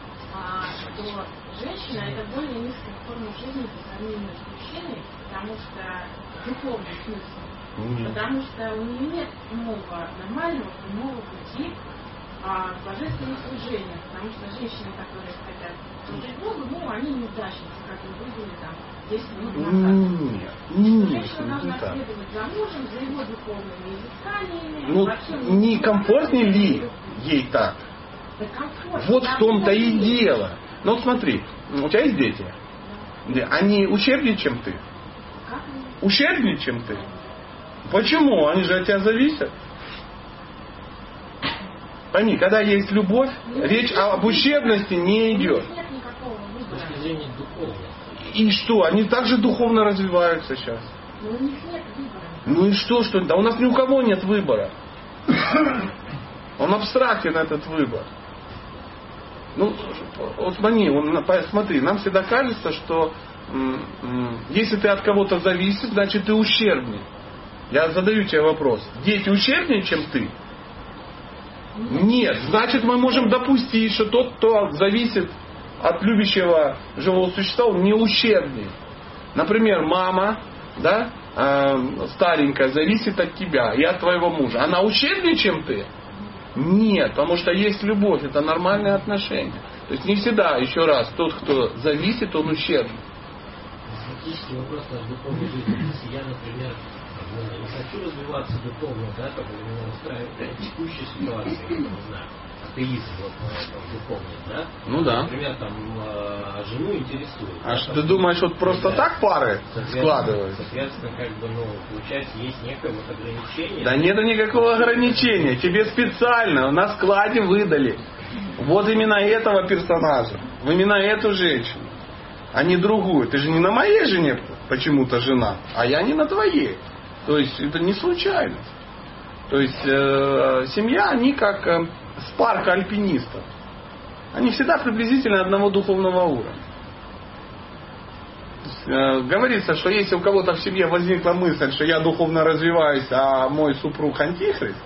что женщина – это более низкая форма жизни по сравнению с мужчиной, потому что духовный смысл. Потому что у нее нет нормального прямого пути божественное служение, потому что женщины, которые хотят служить Богу, они неудачницы, как мы видели 10 минут назад. Женщина должна следовать за мужем, за его духовными изысканиями. Не комфортнее ли ей так? Да комфортно. Вот в том-то и дело. Смотри, у тебя есть дети? Да. Они ущербнее, чем ты? Как? Ущербнее, чем ты? Почему? Они же от тебя зависят. Пойми, когда есть любовь, речь об ущербности не идет. Нет никакого выбора. С точки зрения духовного. И что? Они также духовно развиваются сейчас. Но у них нет выбора. И что? Да у нас ни у кого нет выбора. Он абстрактен, этот выбор. Смотри, нам всегда кажется, что если ты от кого-то зависишь, значит ты ущербный. Я задаю тебе вопрос. Дети ущербнее, чем ты? Нет. Значит, мы можем допустить, что тот, кто зависит от любящего живого существа, он не ущербный. Например, мама, старенькая, зависит от тебя и от твоего мужа. Она ущербнее, чем ты? Нет, потому что есть любовь, это нормальные отношения. То есть не всегда, еще раз, тот, кто зависит, он ущербный. Фактически вопрос о духовной жизни. Если я, например, не хочу развиваться духовно, как бы меня устраивает текущая ситуация, я не знаю, атеизм духовный, да? Например, жену интересует. А что ты думаешь, вот просто так пары складываются? Соответственно, получается, есть некое ограничение. Да нет никакого ограничения. Тебе специально на складе выдали. Вот именно этого персонажа. Именно эту женщину. А не другую. Ты же не на моей жене почему-то жена, а я не на твоей. То есть это не случайность. То есть семья, они как спарка альпинистов. Они всегда приблизительно одного духовного уровня. Говорится, что если у кого-то в семье возникла мысль, что я духовно развиваюсь, а мой супруг антихрист,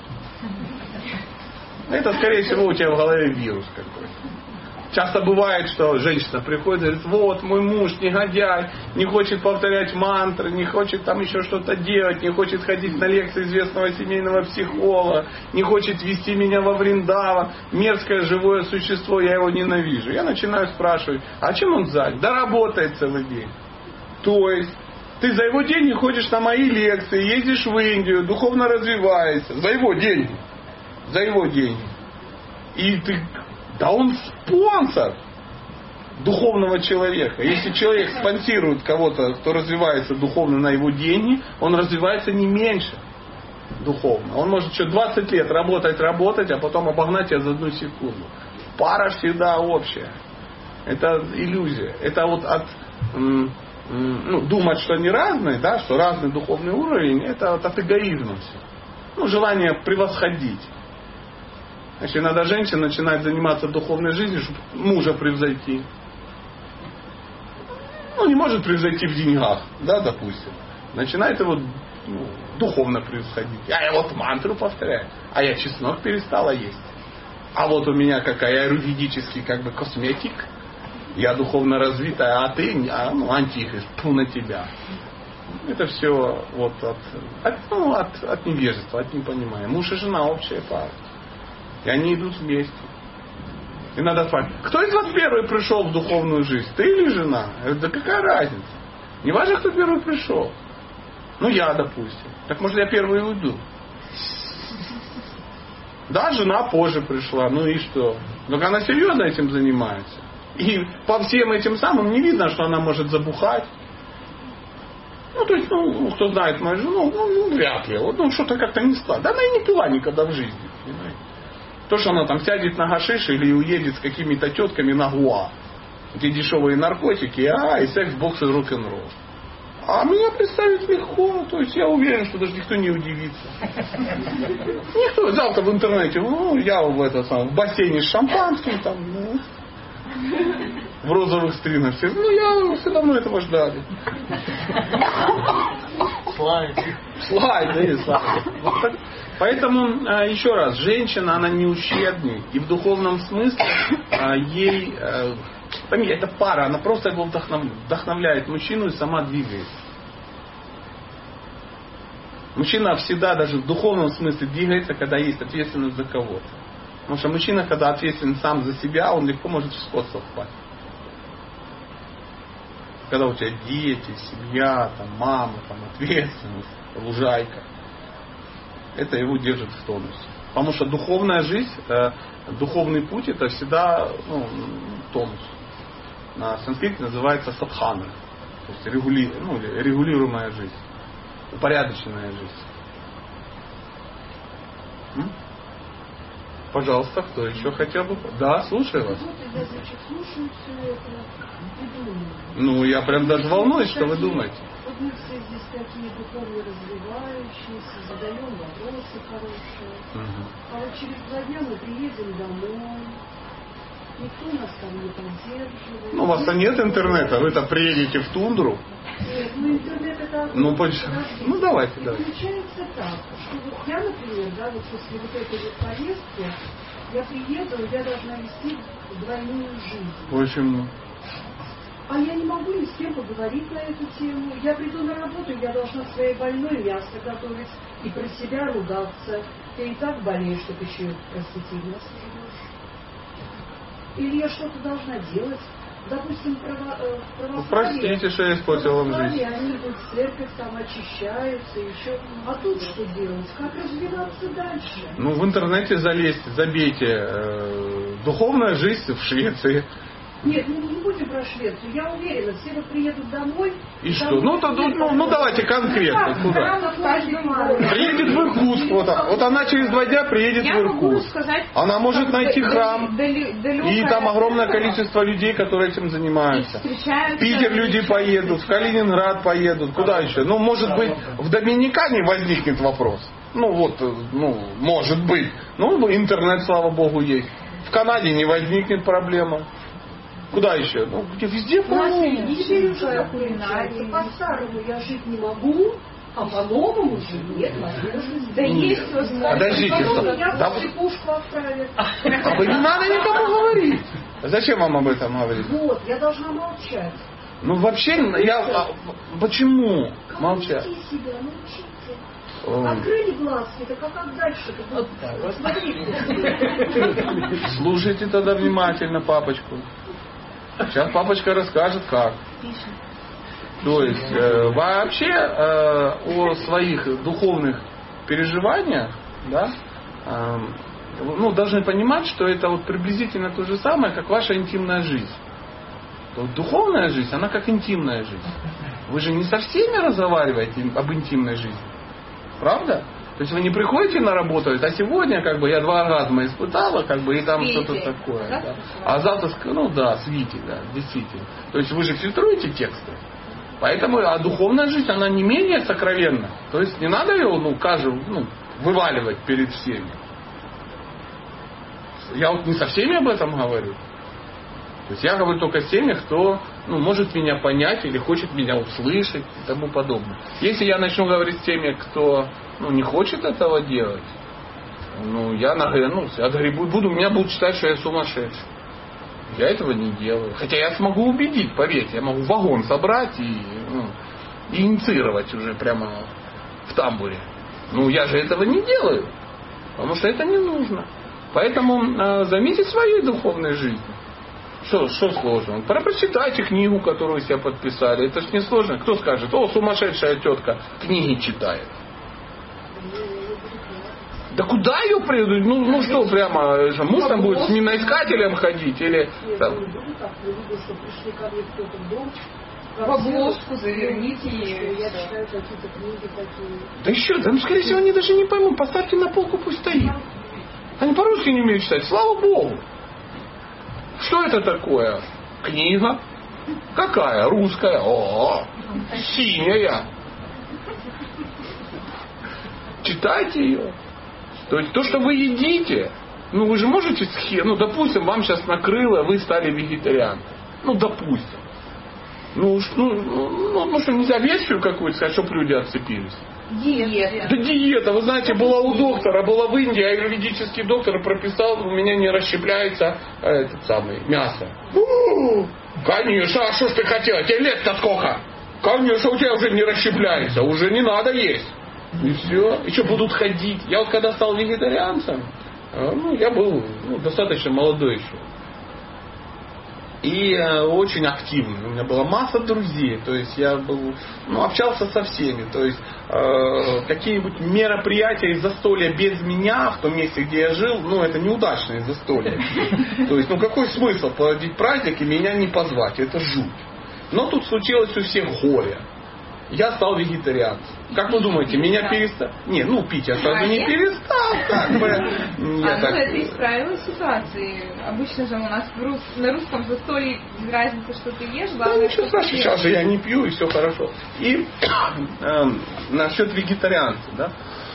это, скорее всего, у тебя в голове вирус какой-то. Часто бывает, что женщина приходит и говорит, вот мой муж негодяй, не хочет повторять мантры, не хочет там еще что-то делать, не хочет ходить на лекции известного семейного психолога, не хочет вести меня во Вриндаван, мерзкое живое существо, я его ненавижу. Я начинаю спрашивать, а чем он занят? Да работает целый день. То есть ты за его деньги ходишь на мои лекции, ездишь в Индию, духовно развиваешься, за его деньги. За его деньги. И ты... Да он спонсор. духовного человека. Если человек спонсирует кого-то, кто развивается духовно на его деньги, он развивается не меньше духовно. Он может еще 20 лет работать, а потом обогнать тебя за 1 секунду. Пара всегда общая. Это иллюзия. Это вот от думать, что они разные, да, что разный духовный уровень, это вот от эгоизма все. Желание превосходить. Значит, иногда женщина начинает заниматься духовной жизнью, чтобы мужа превзойти. Не может превзойти в деньгах, да, допустим. Начинает его духовно превосходить. Я вот мантру повторяю, а я чеснок перестала есть. А вот у меня какая аюрведический косметик. Я духовно развитая, а ты антихрист, тьфу на тебя. Это все вот от невежества, от непонимания. Муж и жена общая пара. И они идут вместе. И надо спрашивать, кто из вас первый пришел в духовную жизнь? Ты или жена? Да какая разница? Не важно, кто первый пришел. Я, допустим. Так может я первый уйду? Да, жена позже пришла. И что? Но она серьезно этим занимается. И по всем этим самым не видно, что она может забухать. То есть, кто знает мою жену, вряд ли. Что-то как-то не складно. Да она и не пила никогда в жизни. Понимаете? То, что она там сядет на гашиш или уедет с какими-то тетками на Гуа, где дешевые наркотики, и секс, бокс и рок-н-ролл. А меня представить легко, то есть я уверен, что даже никто не удивится. Никто. Завтра в интернете, я в бассейне с шампанским, в розовых стринах. Все давно этого ждали. Слайд. Поэтому, еще раз, женщина, она не ущербнее. И в духовном смысле ей, это пара, она просто его вдохновляет мужчину и сама двигается. Мужчина всегда даже в духовном смысле двигается, когда есть ответственность за кого-то. Потому что мужчина, когда ответственен сам за себя, он легко может в скотство впасть. Когда у тебя дети, семья, мама, ответственность, лужайка. Это его держит в тонусе. Потому что духовная жизнь, духовный путь, это всегда тонус. На санскрите называется садхана. То есть регулируемая жизнь. Упорядоченная жизнь. Пожалуйста, кто еще хотел бы? Да, слушаю вас. Я, слушаю все это и думаю. Я прям даже волнуюсь, что вы думаете. Мы все здесь такие духовно развивающиеся, задаем вопросы хорошие. А вот через 2 дня мы приедем домой. Никто нас там не поддерживает. У вас-то нет интернета, вы-то приедете в тундру. Нет, интернет это... давайте. Получается так, что я, например, после этой поездки, я приеду, я должна вести двойную жизнь. Почему? А я не могу ни с кем поговорить на эту тему. Я приду на работу, я должна своей больной мясо готовить и про себя ругаться. Ты и так болеешь, чтобы еще, простите, мясо живешь. Или я что-то должна делать. Допустим, православие. Простите, что я испортил вам жизнь. Они идут в церковь, очищаются еще. А тут что делать? Как развиваться дальше? В интернете залезьте, забейте духовная жизнь в Швеции. Нет, не будем про Швецию. Я уверена, все приедут домой. И что? Давайте конкретно. Куда? Приедет в Иркутск. Вот она через 2 дня приедет в Иркутск. Она может найти храм. И там огромное количество людей, которые этим занимаются. В Питер люди поедут, в Калининград поедут. Куда еще? Может быть, в Доминикане возникнет вопрос. Может быть. Интернет, слава богу, есть. В Канаде не возникнет проблема. Куда еще? Везде по-новому. Теперь уже получается. По-старому я жить не могу, а по-новому же нет возможности. Да есть возможность. Подождите. Я психушку отправят. А вы не надо никому говорить. Зачем вам об этом говорить? Вот, я должна молчать. Вообще, почему молчать? Научите себя, научите. Открыли глазки, так а как дальше-то? Смотрите. Слушайте тогда внимательно папочку. Сейчас папочка расскажет, как. То есть, вообще о своих духовных переживаниях, да, должны понимать, что это приблизительно то же самое, как ваша интимная жизнь. то духовная жизнь, она как интимная жизнь. Вы же не со всеми разговариваете об интимной жизни. Правда? То есть вы не приходите на работу, а сегодня как бы я 2 оргазма испытала, как бы и там что-то такое. Да? А завтра, свите, да, действительно. То есть вы же фильтруете тексты. Поэтому, духовная жизнь, она не менее сокровенна. То есть не надо ее, вываливать перед всеми. Я вот не со всеми об этом говорю. То есть я говорю только с теми, кто может меня понять или хочет меня услышать и тому подобное. Если я начну говорить с теми, кто не хочет этого делать, я отгребу, меня будут считать, что я сумасшедший. Я этого не делаю. Хотя я смогу убедить, поверьте, я могу вагон собрать и инициировать уже прямо в тамбуре. Я же этого не делаю, потому что это не нужно. Поэтому займитесь своей духовной жизнью. Что сложно? Прочитайте книгу, которую себе подписали. Это ж не сложно. Кто скажет, сумасшедшая тетка книги читает. Да куда ее приведут? Что прямо, муж там будет с миноискателем ходить? Или там... В обложку заверните ее. Я читаю какие-то книги такие. Да еще, скорее всего, они даже не поймут. Поставьте на полку, пусть стоит. Они по-русски не умеют читать. Слава Богу. Что это такое? Книга. Какая? Русская. Синяя. Читайте ее. То есть то, что вы едите, вы же можете допустим, вам сейчас накрыло, вы стали вегетарианцем. Допустим. Что нельзя версию какую-то сказать, чтобы люди отцепились? Диета. Да диета. Вы знаете, была у доктора, была в Индии, аюрведический доктор прописал, у меня не расщепляется мясо. Конечно, а что ж ты хотела? Тебе лет-то сколько? Конечно, у тебя уже не расщепляется, уже не надо есть. И все. Еще будут ходить. Я вот когда стал вегетарианцем, я был достаточно молодой еще. И очень активный. У меня была масса друзей. То есть я был, общался со всеми. То есть какие-нибудь мероприятия и застолья без меня в том месте, где я жил, это неудачные застолья. То есть, какой смысл проводить праздник и меня не позвать? Это жуть. Но тут случилось у всех горе. Я стал вегетарианцем. Как вы думаете, меня перестал? Пить я сразу не перестал. Это исправило ситуацию. Обычно же у нас на русском застолье без разницы, что ты ешь. Главное, ничего страшного, сейчас же я не пью, и все хорошо. И насчет вегетарианцев, да?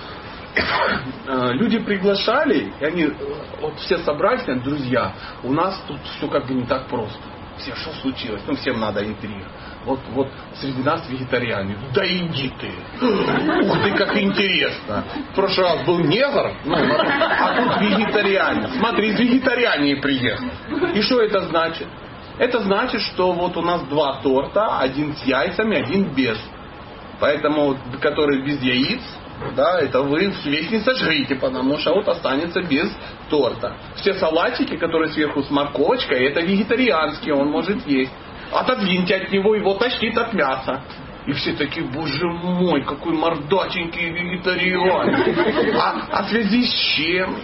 Люди приглашали, и они все собрались, друзья, у нас тут все как бы не так просто. Все, что случилось? Всем надо интрига. Вот среди нас вегетариане. Да иди ты. Ух ты, как интересно. В прошлый раз был негр, а тут вегетарианец. Смотри, из вегетариании приехал. И что это значит? Это значит, что у нас 2 торта, один с яйцами, один без. Поэтому, который без яиц, это вы весь не сожрите, потому что останется без торта. Все салатики, которые сверху с морковочкой, это вегетарианские, он может есть. Отодвиньте от него, его тащит от мяса. И все такие, боже мой, какой мордаченький вегетариан. А в связи с чем?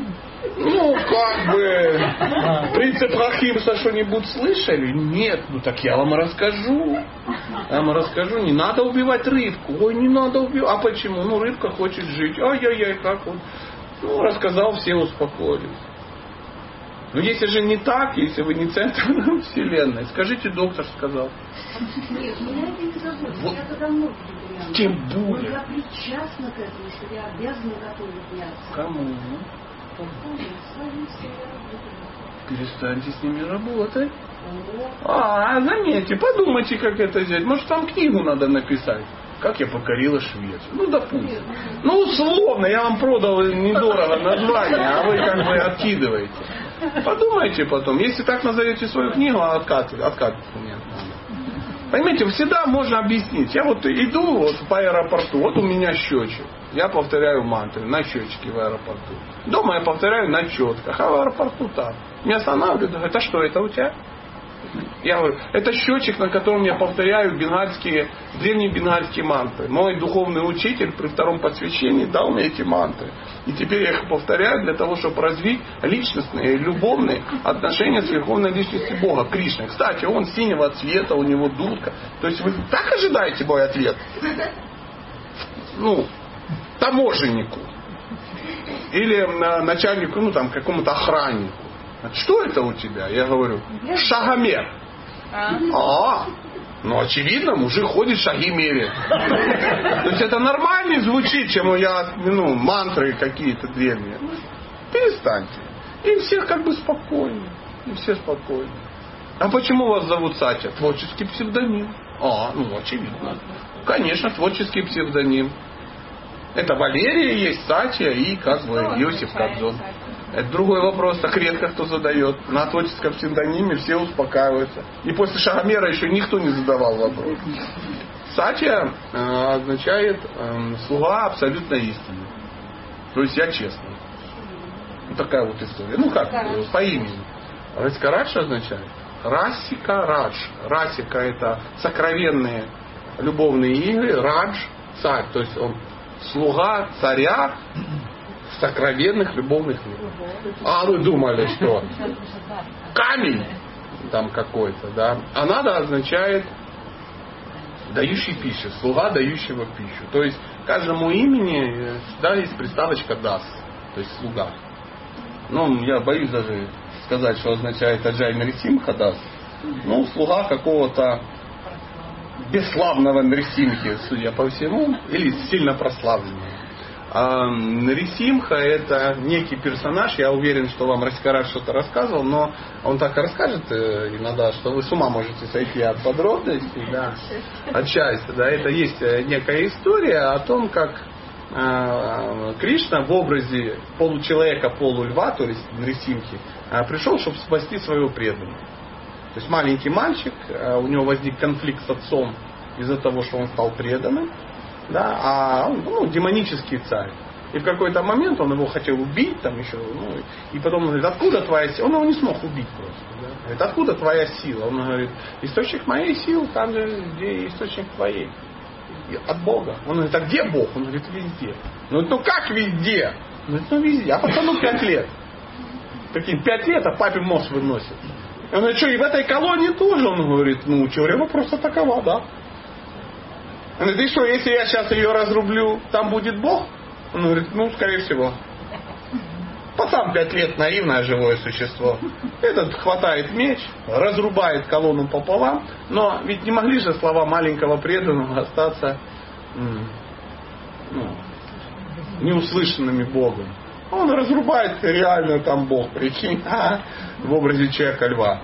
Принцип Рахимса что-нибудь слышали? Нет, так я вам расскажу. Не надо убивать рыбку. Ой, не надо убивать. А почему? Рыбка хочет жить. Ай-яй-яй, как он. Рассказал, все успокоились. Если же не так, если вы не центр вселенной, скажите, доктор сказал. Нет, меня это не заботит. Я давно вегетарианка. Тем более. Я причастна к этому, что я обязана готовить мясо. Кому? Перестаньте с ними работать. Заметьте, подумайте, как это взять. Может, там книгу надо написать. Как я покорила Швецию. Допустим. Условно, я вам продал недорого название, а вы как бы откидываете. Подумайте потом. Если так назовете свою книгу, откатывайте. Нет. Понимаете, всегда можно объяснить. Я иду по аэропорту, у меня счетчик. Я повторяю мантры на счетчике в аэропорту. Дома я повторяю на четках, а в аэропорту так. Меня останавливают, говорят, а что это у тебя? Я говорю, это счетчик, на котором я повторяю древние бенгальские мантры. Мой духовный учитель при втором посвящении дал мне эти мантры. И теперь я их повторяю для того, чтобы развить личностные, любовные отношения с верховной личностью Бога, Кришной. Кстати, он синего цвета, у него дудка. То есть вы так ожидаете мой ответ? Таможеннику. Или начальнику, какому-то охраннику. Что это у тебя? Я говорю, шагомер. Очевидно, мужик ходит, шаги меряет. То есть это нормально звучит, чем мантры какие-то древние. Перестаньте. И все спокойно. И все спокойны. А почему вас зовут Сатя? Творческий псевдоним. Очевидно. Конечно, творческий псевдоним. Это Валерия есть, Сатя и Иосиф Кобзон. Это другой вопрос, так редко кто задает. На творческом псевдониме все успокаиваются. И после шагомера еще никто не задавал вопрос. Сатья означает слуга абсолютной истины. То есть я честный. Такая вот история. По имени. Расикарадж означает Расикарадж. Расика это сокровенные любовные игры. Радж царь. То есть он слуга царя сокровенных любовных игр. А вы думали, что камень там какой-то, да? А надо означает дающий пищу, слуга дающего пищу. То есть каждому имени всегда есть приставочка дас, то есть слуга. Я боюсь даже сказать, что означает Аджай Нарисимха дас. Слуга какого-то бесславного Нарисимхи, судя по всему, или сильно прославленного. Нарисимха это некий персонаж, я уверен, что вам Расикарадж что-то рассказывал, но он так и расскажет иногда, что вы с ума можете сойти от подробностей, да, отчасти, да, это есть некая история о том, как Кришна в образе получеловека, полульва, то есть Нарисимхи, пришел, чтобы спасти своего преданного. То есть маленький мальчик, у него возник конфликт с отцом из-за того, что он стал преданным. Да, а он демонический царь. И в какой-то момент он его хотел убить, и потом он говорит, откуда твоя сила? Он его не смог убить просто. Да? Говорит, откуда твоя сила? Он говорит, источник моей силы там же, где источник твоей. От Бога. Он говорит, а где Бог? Он говорит, везде. Как везде? Он говорит, везде. А пацану 5 лет. Какие 5 лет, а папе мозг выносит. Он говорит, что и в этой колонии тоже? Он говорит, теорема просто такова, да. Он говорит, и что, если я сейчас ее разрублю, там будет Бог? Он говорит, скорее всего. Пацан 5 лет, наивное живое существо. Этот хватает меч, разрубает колонну пополам. Но ведь не могли же слова маленького преданного остаться неуслышанными Богом. Он разрубает, реально там Бог, прикинь, в образе человека-льва.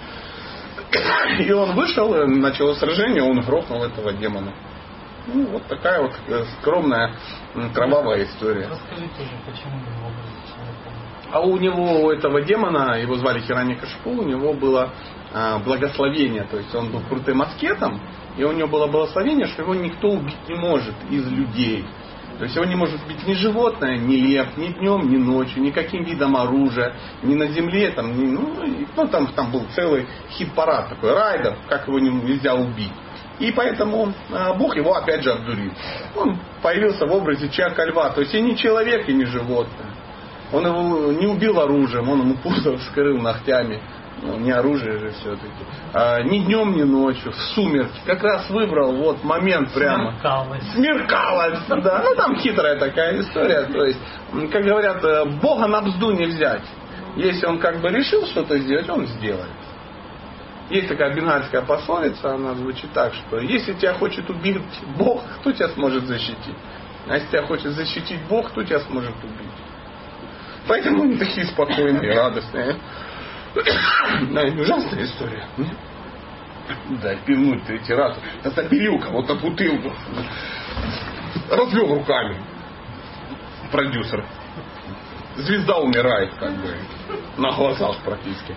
И он вышел, началось сражение, он грохнул этого демона. Вот такая вот скромная, кровавая история. Расскажите же, почему в образе человека? А у него, у этого демона, его звали Хираньякашипу, у него было благословение. То есть он был крутым аскетом, и у него было благословение, что его никто убить не может из людей. То есть его не может убить ни животное, ни лев, ни днем, ни ночью, никаким видом оружия, ни на земле, там был целый хит-парад такой, райдер, как его нельзя убить. И поэтому Бог его опять же обдурил. Он появился в образе человека-льва, то есть и не человек, и не животное. Он его не убил оружием, он ему пузо вскрыл ногтями. Не оружие же все-таки. Ни днем, ни ночью, в сумерки. Как раз выбрал момент прямо. Смеркалось. Да. Там хитрая такая история. То есть, как говорят, Бога на бзду не взять. Если он решил что-то сделать, он сделает. Есть такая бенгальская пословица, она звучит так, что если тебя хочет убить Бог, кто тебя сможет защитить? А если тебя хочет защитить Бог, кто тебя сможет убить? Поэтому они такие спокойные, радостные. Да, ужасная история. Да, пивнуть 3 раза. Забери у кого-то бутылку. Развел руками. Продюсер. Звезда умирает, на глазах практически.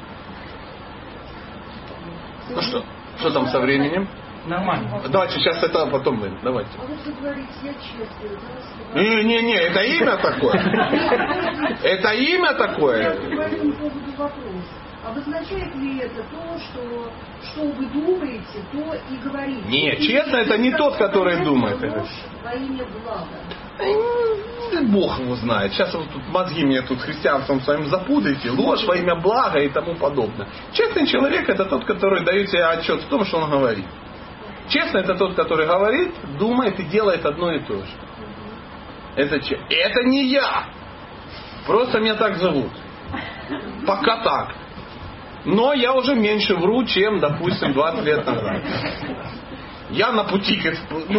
Что там со временем? Нормально. Давайте сейчас это потом. Давайте. А вы говорите, я честный. Не, это имя такое. Это имя такое. Я говорю по поводу вопроса. обозначает ли это то, что вы думаете, то и говорите? Нет, честно, это не тот, который думает. Ложь во имя блага. Бог его знает. Сейчас вот тут мозги мне тут христианством своим запутаете. Ложь во имя блага и тому подобное. Честный человек это тот, который дает себе отчет в том, что он говорит. Честный это тот, который говорит, думает и делает одно и то же. Это не я. Просто меня так зовут. Пока так. Но я уже меньше вру, чем, допустим, 20 лет назад. Я на пути к...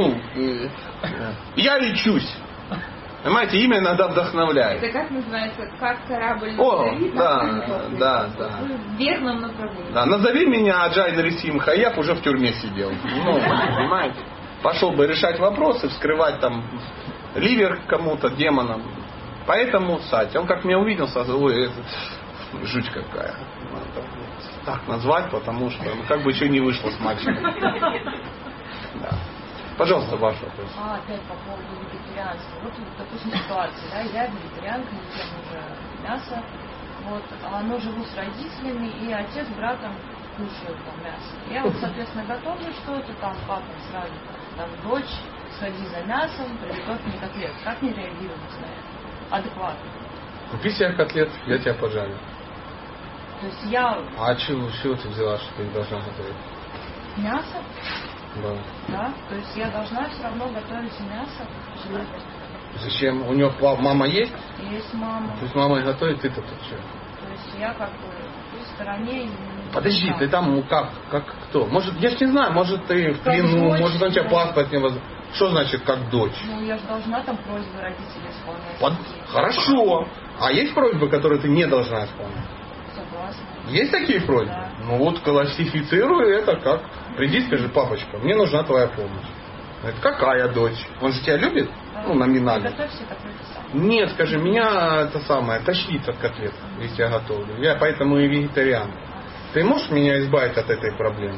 я лечусь. Понимаете, имя иногда вдохновляет. Это как называется? Как корабль да. В верном направлении. Да, назови меня Аджай Нарисимха, я бы уже в тюрьме сидел. Понимаете? Пошел бы решать вопросы, вскрывать там ливер кому-то, демонам. Поэтому Сати, он как меня увидел, сразу, жуть какая. Надо так назвать, потому что как бы еще не вышло с мальчиком. Да. Пожалуйста, ваш вопрос. Опять по поводу вегетарианства. Вот, допустим, ситуация, да, я вегетарианка, не ем уже мясо. Вот, но живу с родителями, и отец с братом кушают там мясо. Я вот, соответственно, готовлю что-то, там папа сразу, там дочь, сходи за мясом, приготовь мне котлет. Как мне реагировать на это? Адекватно. Купи себе котлет, я тебя пожарю. То есть я... А чего ты взяла, что ты не должна готовить? Мясо? Да. То есть я должна все равно готовить мясо. Зачем? У него мама есть? Есть мама. То есть мама и готовит, ты-то тут что? То есть я как бы в стороне... Подожди, ты там как кто? Может, я ж не знаю, может ты в плену, может он тебя паспорт не возвращает. Что значит как дочь? Ну я же должна там просьбы родителей исполнять. Хорошо. А есть просьбы, которые ты не должна исполнять? Согласна. Есть такие просьбы? Да. Ну вот классифицируй это как. Приди, скажи, папочка, мне нужна твоя помощь. Это какая дочь? Он же тебя любит? Да. Ну, номинально. Готовься котлеты сам. Нет, скажи, меня это самое, тошнит от котлет, если я готовлю. Я поэтому и вегетариан. Ты можешь меня избавить от этой проблемы?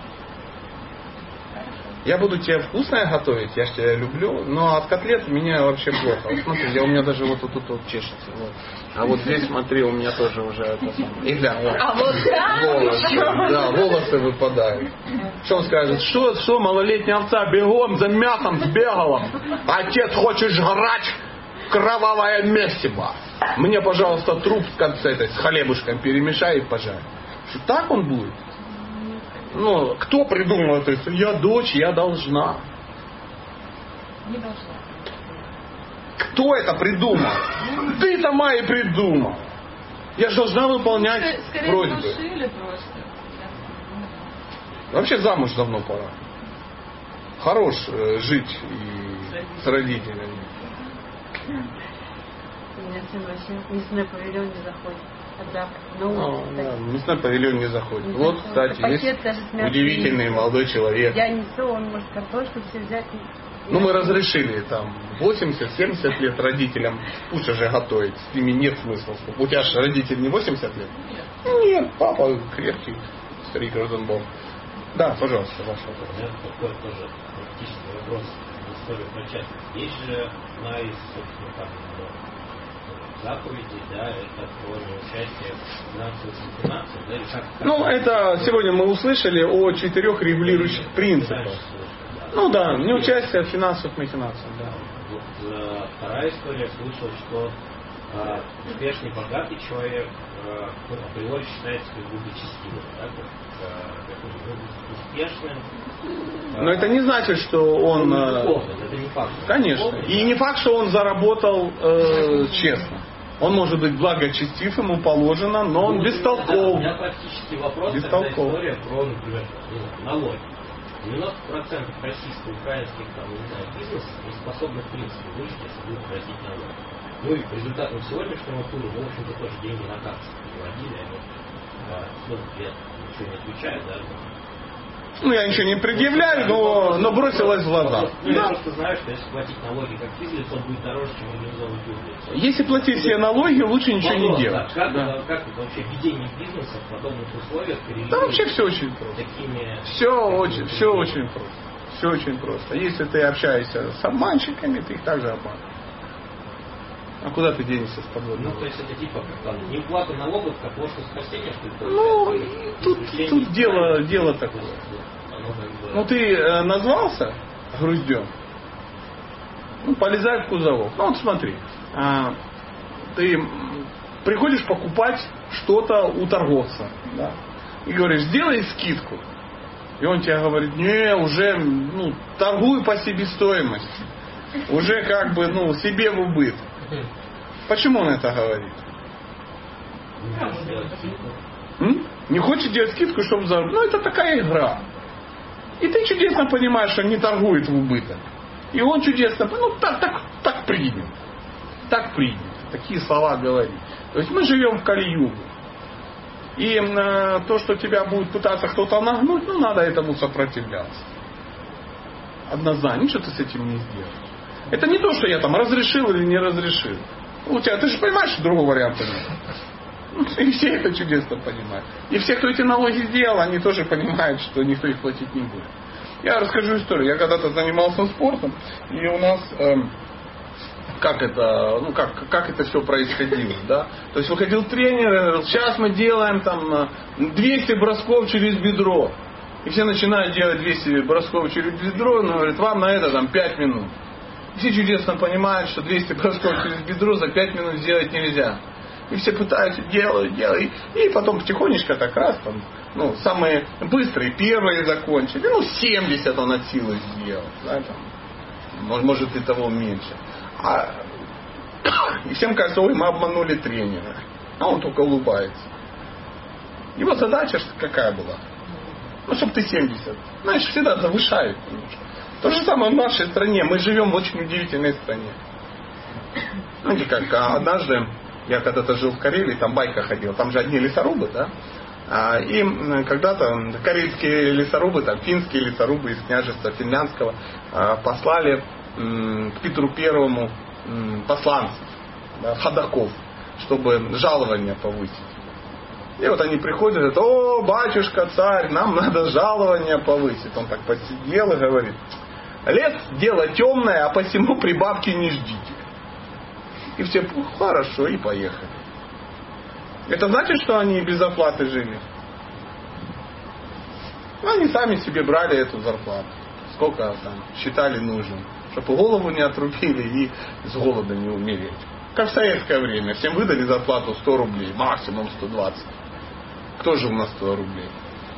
Я буду тебе вкусное готовить, я же тебя люблю, но от котлет меня вообще плохо. Вот смотри, у меня даже вот тут вот чешется. Вот. А вот здесь, смотри, у меня тоже уже это самое. И глянь, вот. А вот волосы, да, волосы выпадают. Что он скажет? Что, малолетняя овца бегом за мясом сбегала? Отец, хочешь жрать? Кровавое месиво. Мне, пожалуйста, труп в конце этой с хлебушком перемешай и пожарь. Что так он будет? Ну, кто придумал это? Я дочь, я должна. Не должна. Кто это придумал? Ты сама и придумал. Я же должна выполнять Скорее просьбы. внушили просто. Вообще замуж давно пора. Хорош жить и с родителями. У меня сын вообще мясной павильон не заходит. Мясной павильон не заходит. Вот, кстати, есть удивительный молодой человек. Я несу, он может картошку все взять. Ну, мы разрешили там 80-70 лет родителям, пусть уже готовить, с ними нет смысла. У тебя же родитель не 80 лет? Нет, папа крепкий, старик Розенбаум. Да, пожалуйста, ваш вопрос. У меня такой тоже практический вопрос в историю прочесть. Есть же одна из, собственно, как заповедей, да, это про неучастие в финансовых махинациях, да, или как? Ну, это сегодня мы услышали о 4 регулирующих принципах. Ну да, неучастие в финансовых махинациях, да. Вот, вторая история, слышал, что успешный, богатый человек априори считается как бы благочестивым, да, как успешным. Но это не значит, что он... это не факт. Конечно. И не факт, что он заработал честно. Он может быть благочестив, ему положено, но он бестолков. У меня практически вопрос, когда история про, например, налоги. 90% российско-украинских бизнесов не способны в принципе выжить, если будут платить налоги. Ну и по результатам сегодняшнего тура, в общем-то, тоже деньги на карту переводили, они лет ничего не отвечают, да? Ну, я ничего не предъявляю, но бросилось в глаза. Я просто знаю, что если платить налоги как физлиц, он будет дороже, чем организованный юрлиц. Если платить все налоги, лучше ничего не делать. Как вообще ведение бизнеса в подобных условиях перевести? Да вообще все очень просто. Все очень просто. Все очень просто. Если ты общаешься с обманщиками, ты их также обманываешь. А куда ты денешься с подводной Ну, то есть это типа как не уплата налогов, как ложка спасения, что ли? Ну, тут дело такое. Ну, ты назвался груздем, ну, полезай в кузовок. Ну, вот смотри, ты приходишь покупать что-то у торговца, да, и говоришь, сделай скидку. И он тебе говорит, не, уже, ну, торгуй по себестоимости. Уже как бы, ну, себе в убыток. Почему он это говорит? Не хочет делать скидку, чтобы заработать. Ну, это такая игра. И ты чудесно понимаешь, что не торгует в убыток. И он чудесно, ну, так принято. Так принято. Такие слова говорить. То есть мы живем в Кали-югу. И то, что тебя будет пытаться кто-то нагнуть, ну, надо этому сопротивляться. Однозначно, ничего ты с этим не сделаешь. Это не то, что я там разрешил или не разрешил. У тебя, ты же понимаешь, что другого варианта нет. И все это чудесно понимают. И все, кто эти налоги сделал, они тоже понимают, что никто их платить не будет. Я расскажу историю. Я когда-то занимался спортом, и у нас... как это все происходило, да? То есть выходил тренер и говорил, сейчас мы делаем там 200 бросков через бедро. И все начинают делать 200 бросков через бедро, но говорит, вам на это там 5 минут. И все чудесно понимают, что 200 бросков через бедро за 5 минут сделать нельзя. И все пытаются, делают. И потом потихонечку так раз, там, ну, самые быстрые, первые закончили. Ну, 70 он от силы сделал. Да, там, может и того меньше. И всем кажется, ой, мы обманули тренера. А он только улыбается. Его задача какая была? Ну, чтобы ты 70. Знаешь, всегда завышают немножко. То же самое в нашей стране. Мы живем в очень удивительной стране. Знаете, как однажды я когда-то жил в Карелии, там байка ходила, там же одни лесорубы, да? И когда-то карельские лесорубы, там финские лесорубы из княжества финляндского послали к Петру Первому посланцев, да, ходаков, чтобы жалование повысить. И вот они приходят и говорят, о, батюшка, царь, нам надо жалование повысить. Он так посидел и говорит, лес дело темное, а посему прибавки не ждите. И все, хорошо, и поехали. Это значит, что они без оплаты жили? Ну, они сами себе брали эту зарплату. Сколько там считали нужным. Чтобы голову не отрубили и с голода не умереть. Как в советское время. Всем выдали зарплату 100 рублей. Максимум 120. Кто же у нас 100 рублей?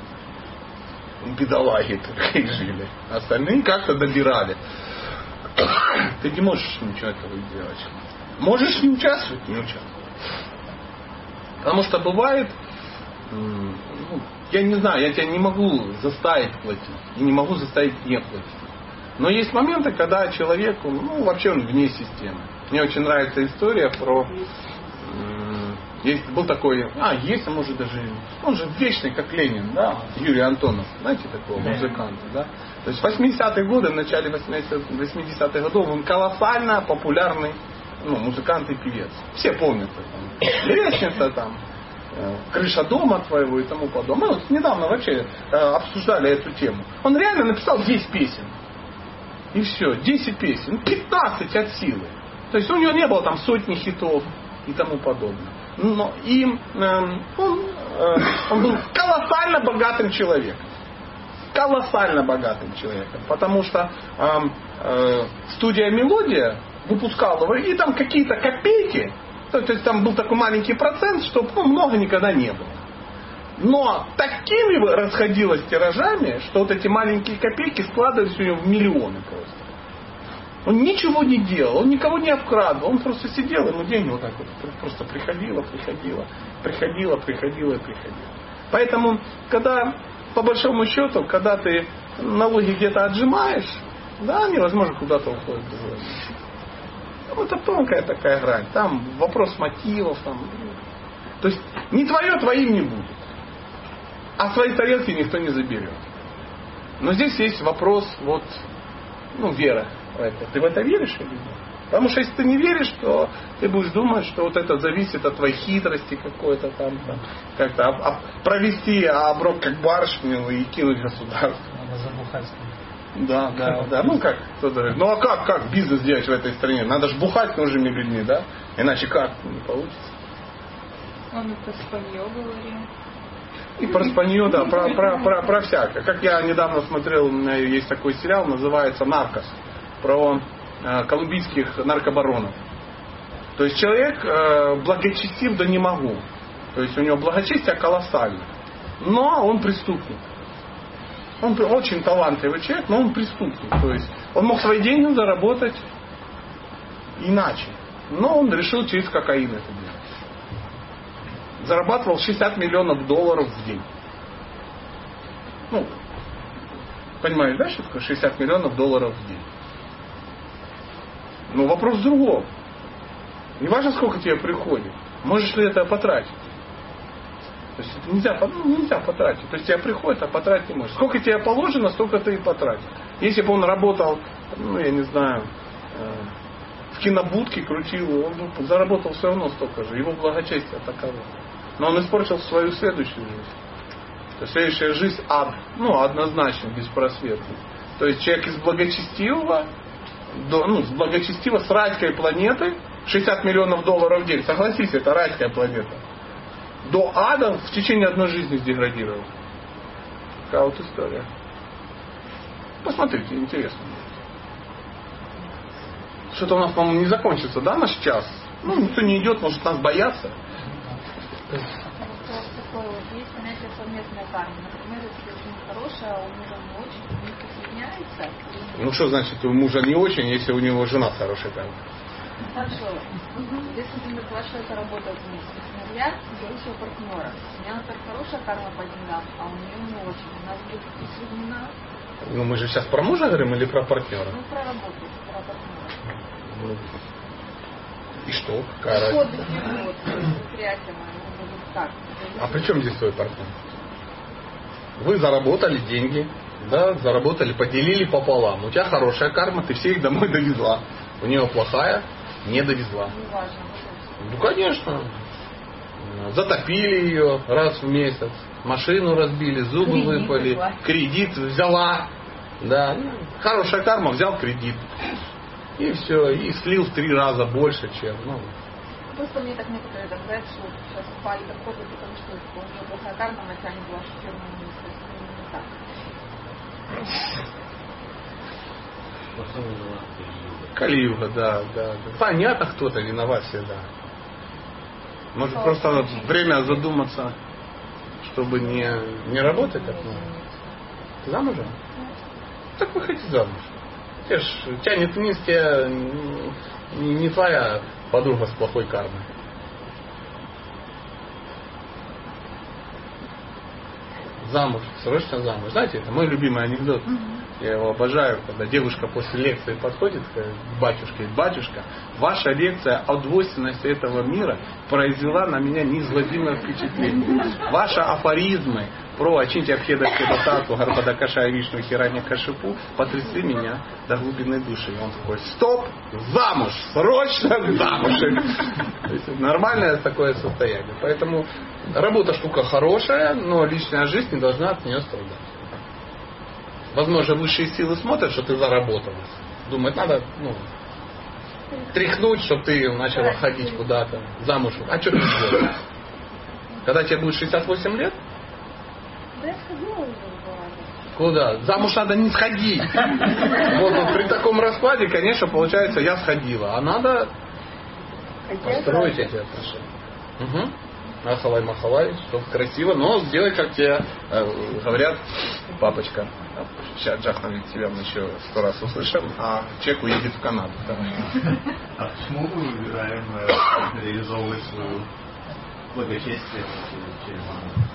Бедолаги такие жили. Остальные как-то добирали. Ты не можешь ничего этого сделать. Можешь не участвовать? Не участвовать. Потому что бывает, я не знаю, я тебя не могу заставить платить. И не могу заставить не платить. Но есть моменты, когда человеку, ну, вообще он вне системы. Мне очень нравится история про... был такой... есть, а может даже... Он же вечный, как Ленин, да? Юрий Антонов. Знаете такого музыканта, да? То есть в 80-е годы, в начале 80-х годов он колоссально популярный музыкант и певец. Все помнят. Лестница там, крыша дома твоего и тому подобное. Мы вот недавно вообще обсуждали эту тему. Он реально написал 10 песен. И все, 10 песен, 15 от силы. То есть у него не было там сотни хитов и тому подобное. Но он был колоссально богатым человеком. Колоссально богатым человеком. Потому что студия «Мелодия» выпускала его, и там какие-то копейки, то есть там был такой маленький процент, что много никогда не было. Но такими расходилось тиражами, что вот эти маленькие копейки складывались у него в миллионы просто. Он ничего не делал, он никого не обкрадывал, он просто сидел, ему деньги вот так вот просто приходило. Поэтому, когда, по большому счету, когда ты налоги где-то отжимаешь, да, они, возможно, куда-то уходят. Это тонкая такая грань. Там вопрос мотивов. То есть не твое твоим не будет. А свои тарелки никто не заберет. Но здесь есть вопрос вера в это. Ты в это веришь или нет? Потому что если ты не веришь, то ты будешь думать, что вот это зависит от твоей хитрости какой-то там как-то провести оброк как барышню и кинуть государство. Надо забухать. Да. Ну как кто-то говорит, ну а как бизнес делать в этой стране? Надо же бухать с нужными людьми, да? Иначе как? Не получится. Он и про спанье говорил. И про спанье, да, про всякое. Как я недавно смотрел, есть такой сериал, называется «Наркос», про колумбийских наркобаронов. То есть человек благочестив, да не могу. То есть у него благочестие колоссально. Но он преступник. Он очень талантливый человек, но он преступник. То есть он мог свои деньги заработать иначе. Но он решил через кокаин это делать. Зарабатывал $60 миллионов в день. Ну, понимаешь, да, что такое $60 миллионов в день? Но вопрос в другом. Не важно, сколько тебе приходит. Можешь ли это потратить? То есть это нельзя потратить. То есть тебе приходит, а потратить не можешь. Сколько тебе положено, столько ты и потратишь. Если бы он работал, я не знаю, в кинобудке крутил, он бы заработал все равно столько же. Его благочестие таково. Но он испортил свою следующую жизнь. То есть следующая жизнь ад. Однозначно, беспросветный. То есть человек из благочестивого, с райской планеты, $60 миллионов в день. Согласись, это райская планета. До ада в течение одной жизни сдеградировал. Такая вот история. Посмотрите, интересно. Что-то у нас, по-моему, не закончится, да, наш час? Никто не идет, может нас боятся. Вопрос такой вот. Есть понятие совместная карма. Например, если очень хорошая, а у мужа не очень, у них соединяется. Что значит у мужа не очень, если у него жена хорошая карма? Хорошо. Если, например, ваша это работает вместе. Я беру своего партнера. У меня, например, хорошая карма по деньгам, а у нее не очень. У нас будет усреднена. Мы же сейчас про мужа говорим или про партнера? Про работу, про партнера. И что? Какая разница? Предприятие мое будет так. А при чем здесь твой партнер? Вы заработали деньги, да, заработали, поделили пополам. У тебя хорошая карма, ты все их домой довезла. У нее плохая, не довезла. Не важно. Конечно. Затопили ее раз в месяц, машину разбили, зубы выпали, кредит взяла. Да. Хорошая карма, взял кредит. И все, и слил в 3 раза больше, чем. Просто мне так некоторые говорят, что сейчас упали доходы, потому что у нее плохая карма, она тянет вашу фирму не так. Кали-юга, да. Понятно, кто-то виноват всегда. Может, просто надо время задуматься, чтобы не работать так много. Ты замужем? Так выходи замуж. Тебя ж тянет вниз, тебя не твоя подруга с плохой кармой. Замуж, срочно замуж. Знаете, это мой любимый анекдот. Я его обожаю, когда девушка после лекции подходит к батюшке и говорит: батюшка, ваша лекция о двойственности этого мира произвела на меня неизгладимое впечатление. Ваши афоризмы про очиньте Абхеда Хедатату, Гарбадакаша, Вишну, Хираня Кашипу потрясли меня до глубины души. И он такой: стоп, замуж, срочно замуж. Нормальное такое состояние. Поэтому работа штука хорошая, но личная жизнь не должна от нее страдать. Возможно, высшие силы смотрят, что ты заработал. Думают, надо тряхнуть, чтобы ты начала ходить куда-то, замуж. А что ты сделаешь? Когда тебе будет 68 лет? Да я сходила уже. Куда? Замуж надо не сходить. Вот при таком раскладе, конечно, получается, я сходила. А надо построить эти отношения. Махалай, чтобы красиво, но сделай, как тебе говорят, папочка. Сейчас Джахнавид тебя мы еще 100 раз услышим, а человек уедет в Канаду. А почему мы выбираем реализовывать свою благочестие через маму?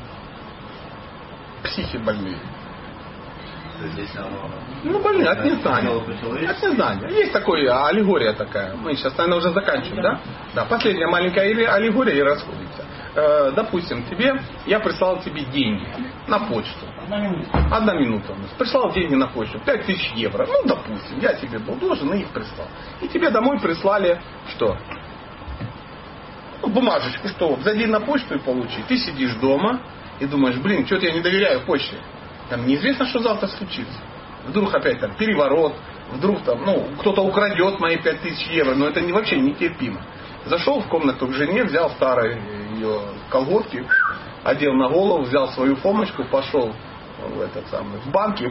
Психи больные. Здесь оно... Больные, от незнания. От незнания. Есть такая аллегория такая. Мы сейчас, наверное, уже заканчиваем, да? Да, последняя маленькая аллегория и расходимся. Допустим, я прислал тебе деньги на почту. 1 минута. Прислал деньги на почту. 5000 евро. Допустим, я тебе был должен и их прислал. И тебе домой прислали что? Бумажечку, что? Зайди на почту и получи. Ты сидишь дома и думаешь: что-то я не доверяю почте. Там неизвестно, что завтра случится. Вдруг опять там переворот, вдруг там, кто-то украдет мои 5000 евро, но это вообще нетерпимо. Зашел в комнату к жене, взял старые ее колготки, одел на голову, взял свою формочку, пошел в банк,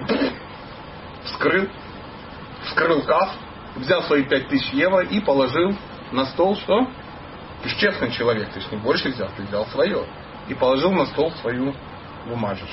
вскрыл касс, взял свои 5000 евро и положил на стол, что? Ты же честный человек, ты же не больше взял, ты взял свое. И положил на стол свою бумажечку.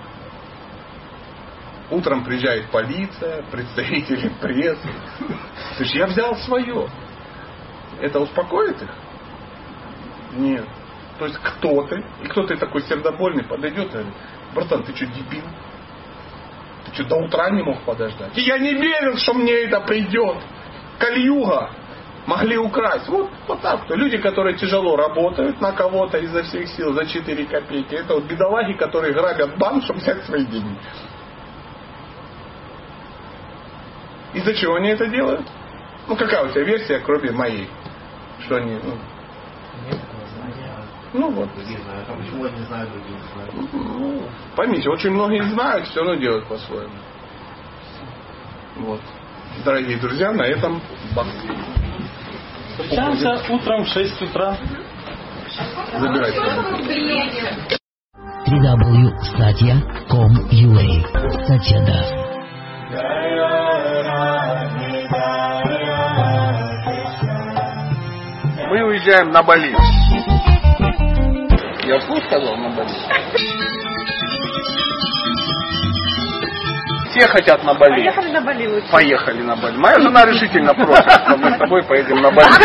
Утром приезжает полиция, представители прессы. Ты же я взял свое. Это успокоит их? Нет. То есть кто ты? И кто ты такой сердобольный подойдет и говорит: братан, ты что, дебил? Ты что, до утра не мог подождать? И я не верил, что мне это придет. Кальюга. Могли украсть. Вот так-то. Люди, которые тяжело работают на кого-то изо всех сил за 4 копейки. Это вот бедолаги, которые грабят банк, чтобы взять свои деньги. Из-за чего они это делают? Ну, какая у тебя версия, кроме моей? Что они... Ну вот. Другие знают. А почему они знают, другие не знают? Ну, поймите, очень многие знают, все равно делают по-своему. Вот. Дорогие друзья, на этом Встречаемся утром в 6 утра. забирайте. www.satya.com.ua Satya. Мы уезжаем на Бали. Я вслух сказал на Бали. Все хотят на Бали. Поехали на Бали лучше. Поехали на Бали. Моя жена решительно просит, что мы с тобой поедем на Бали.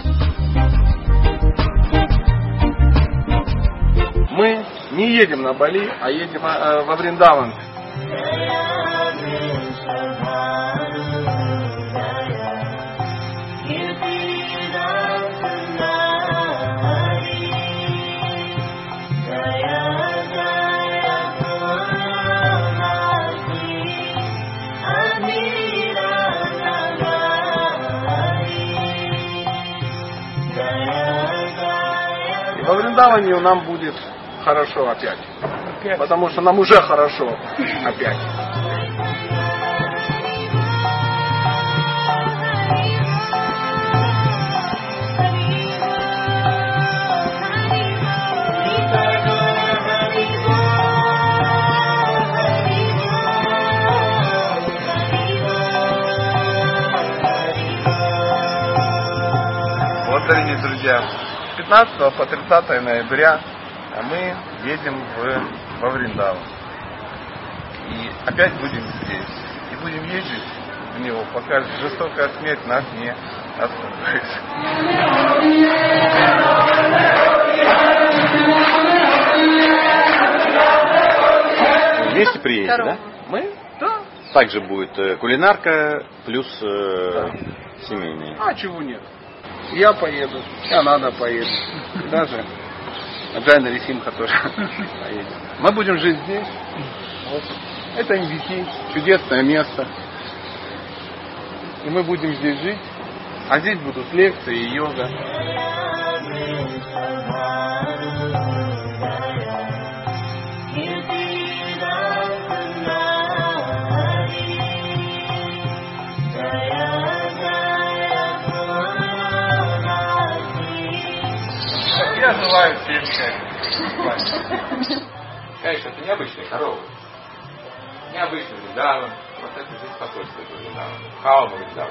Мы не едем на Бали, а едем во Вриндаван. Во Вриндаване нам будет хорошо опять. Потому что нам уже хорошо опять. Вот, дорогие друзья, с 15 по 30 ноября мы едем во Вриндаван. И опять будем здесь. И будем ездить в него, пока жестокая смерть нас не остановит. Вместе приедете, да? Мы? Да. Также будет кулинарка плюс семейные. А чего нет? Я поеду, и Анада поедет. Даже Джайна Рисимха тоже поедет. Мы будем жить здесь. Вот. Это Индики, чудесное место. И мы будем здесь жить. А здесь будут лекции и йога. Я желаю всем счастья. Конечно, это необычные коровы. Необычный Вриндаван. Вот это здесь спокойствие Вриндаван. Хаума Вриндаван.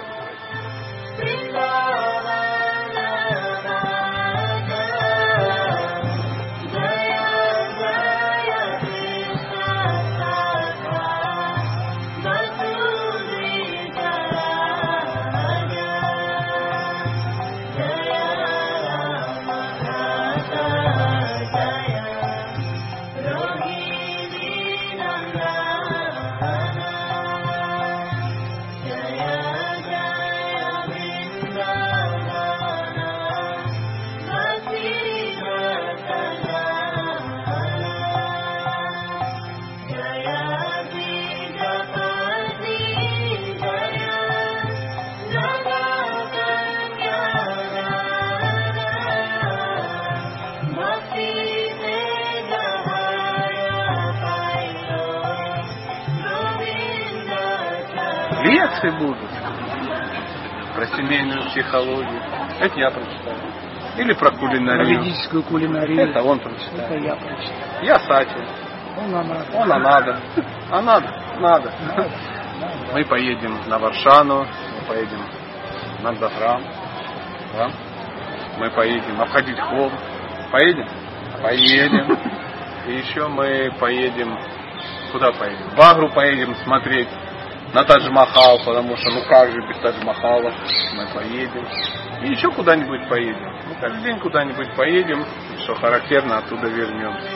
Лекции будут про семейную психологию. Это я прочитаю. Или про кулинарию. Ведическую кулинарию. Это он прочитает. Это я прочитаю. Я Сатин. Он надо. А надо. Мы поедем на Варшану, мы поедем на Даграм. Да? Мы поедем обходить холм. Поедем? Поедем. И еще мы поедем... Куда поедем? В Агру поедем смотреть на Тадж-Махал, потому что ну как же без Тадж-Махала. Мы поедем. И еще куда-нибудь поедем. Мы каждый день куда-нибудь поедем, что характерно, оттуда вернемся.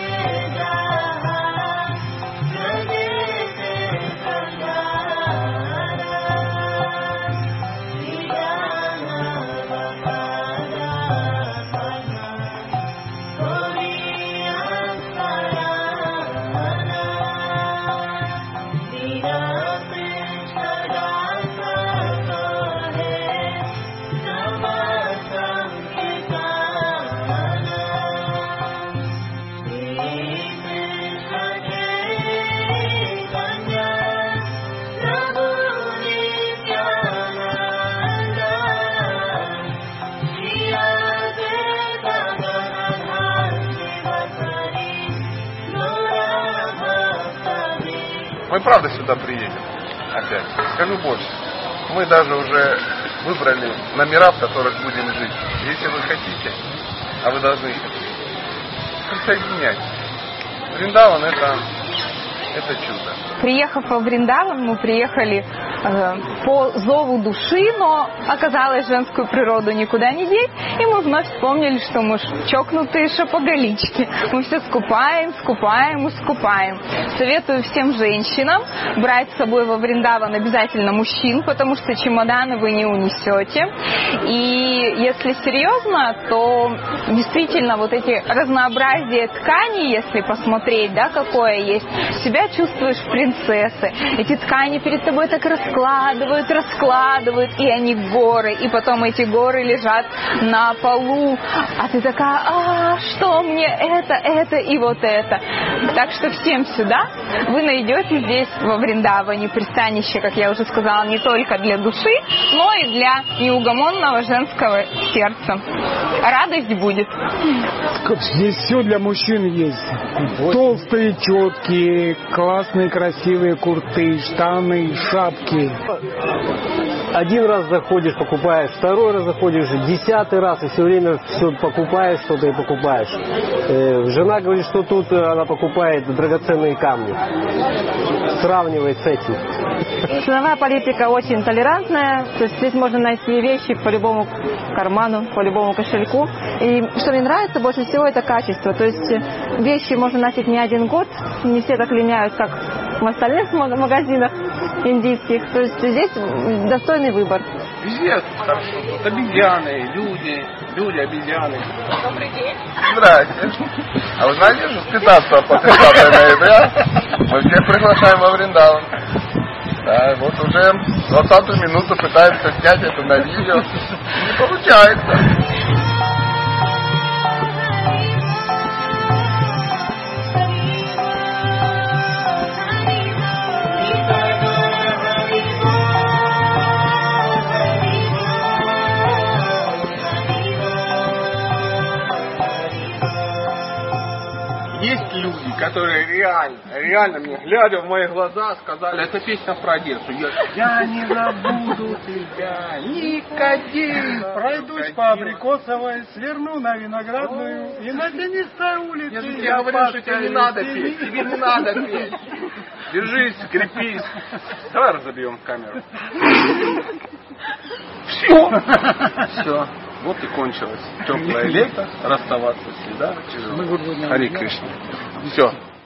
Мы правда сюда приедем опять. Скажу больше. Мы даже уже выбрали номера, в которых будем жить. Если вы хотите, а вы должны хотеть, присоединяйтесь. Вриндаван это чудо. Приехав во Вриндаван, мы приехали по зову души, но оказалось, женскую природу никуда не деть, и мы вновь вспомнили, что мы чокнутые шопоголички. Мы все скупаем и скупаем. Советую всем женщинам брать с собой во Вриндаван обязательно мужчин, потому что чемоданы вы не унесете. И если серьезно, то действительно вот эти разнообразие тканей, если посмотреть, да, какое есть, себя чувствуешь принцессой. Эти ткани перед тобой так раскладывают, и они горы, и потом эти горы лежат на полу, а ты такая, что мне это и вот это. Так что всем сюда. Вы найдете здесь во Вриндаване пристанище, как я уже сказала, не только для души, но и для неугомонного женского сердца. Радость будет. Здесь все для мужчин есть. Толстые, четкие, классные, красивые курты, штаны, шапки. Один раз заходишь, покупаешь, второй раз заходишь, 10-й раз, и все время все покупаешь, что-то и покупаешь. Жена говорит, что тут она покупает драгоценные камни. Сравнивает с этим. Ценовая политика очень толерантная, то есть здесь можно найти вещи по любому карману, по любому кошельку. И что мне нравится больше всего, это качество. То есть вещи можно носить не один год, не все так линяют, как в остальных магазинах индийских. То есть здесь достойный выбор. Везде хорошо. Тут обезьяны, люди, обезьяны. Добрый день. Здрасте. А вы знаете, что с 15 по 30 ноября мы всех приглашаем во Вриндаван. Да, вот уже 20-ю минуту пытаемся снять это на видео. Не получается. Есть люди, которые реально мне, глядя в мои глаза, сказали, это песня про Одессу. Я не забуду тебя, Никодим. Пройдусь по Абрикосовой, сверну на Виноградную и на тенистой улице. Я же тебе говорю, что тебе не надо петь. Тебе не надо петь. Держись, крепись. Давай разобьем камеру. Все. Вот и кончилось теплое лето, расставаться всегда тяжело. Хари Кришна. Все.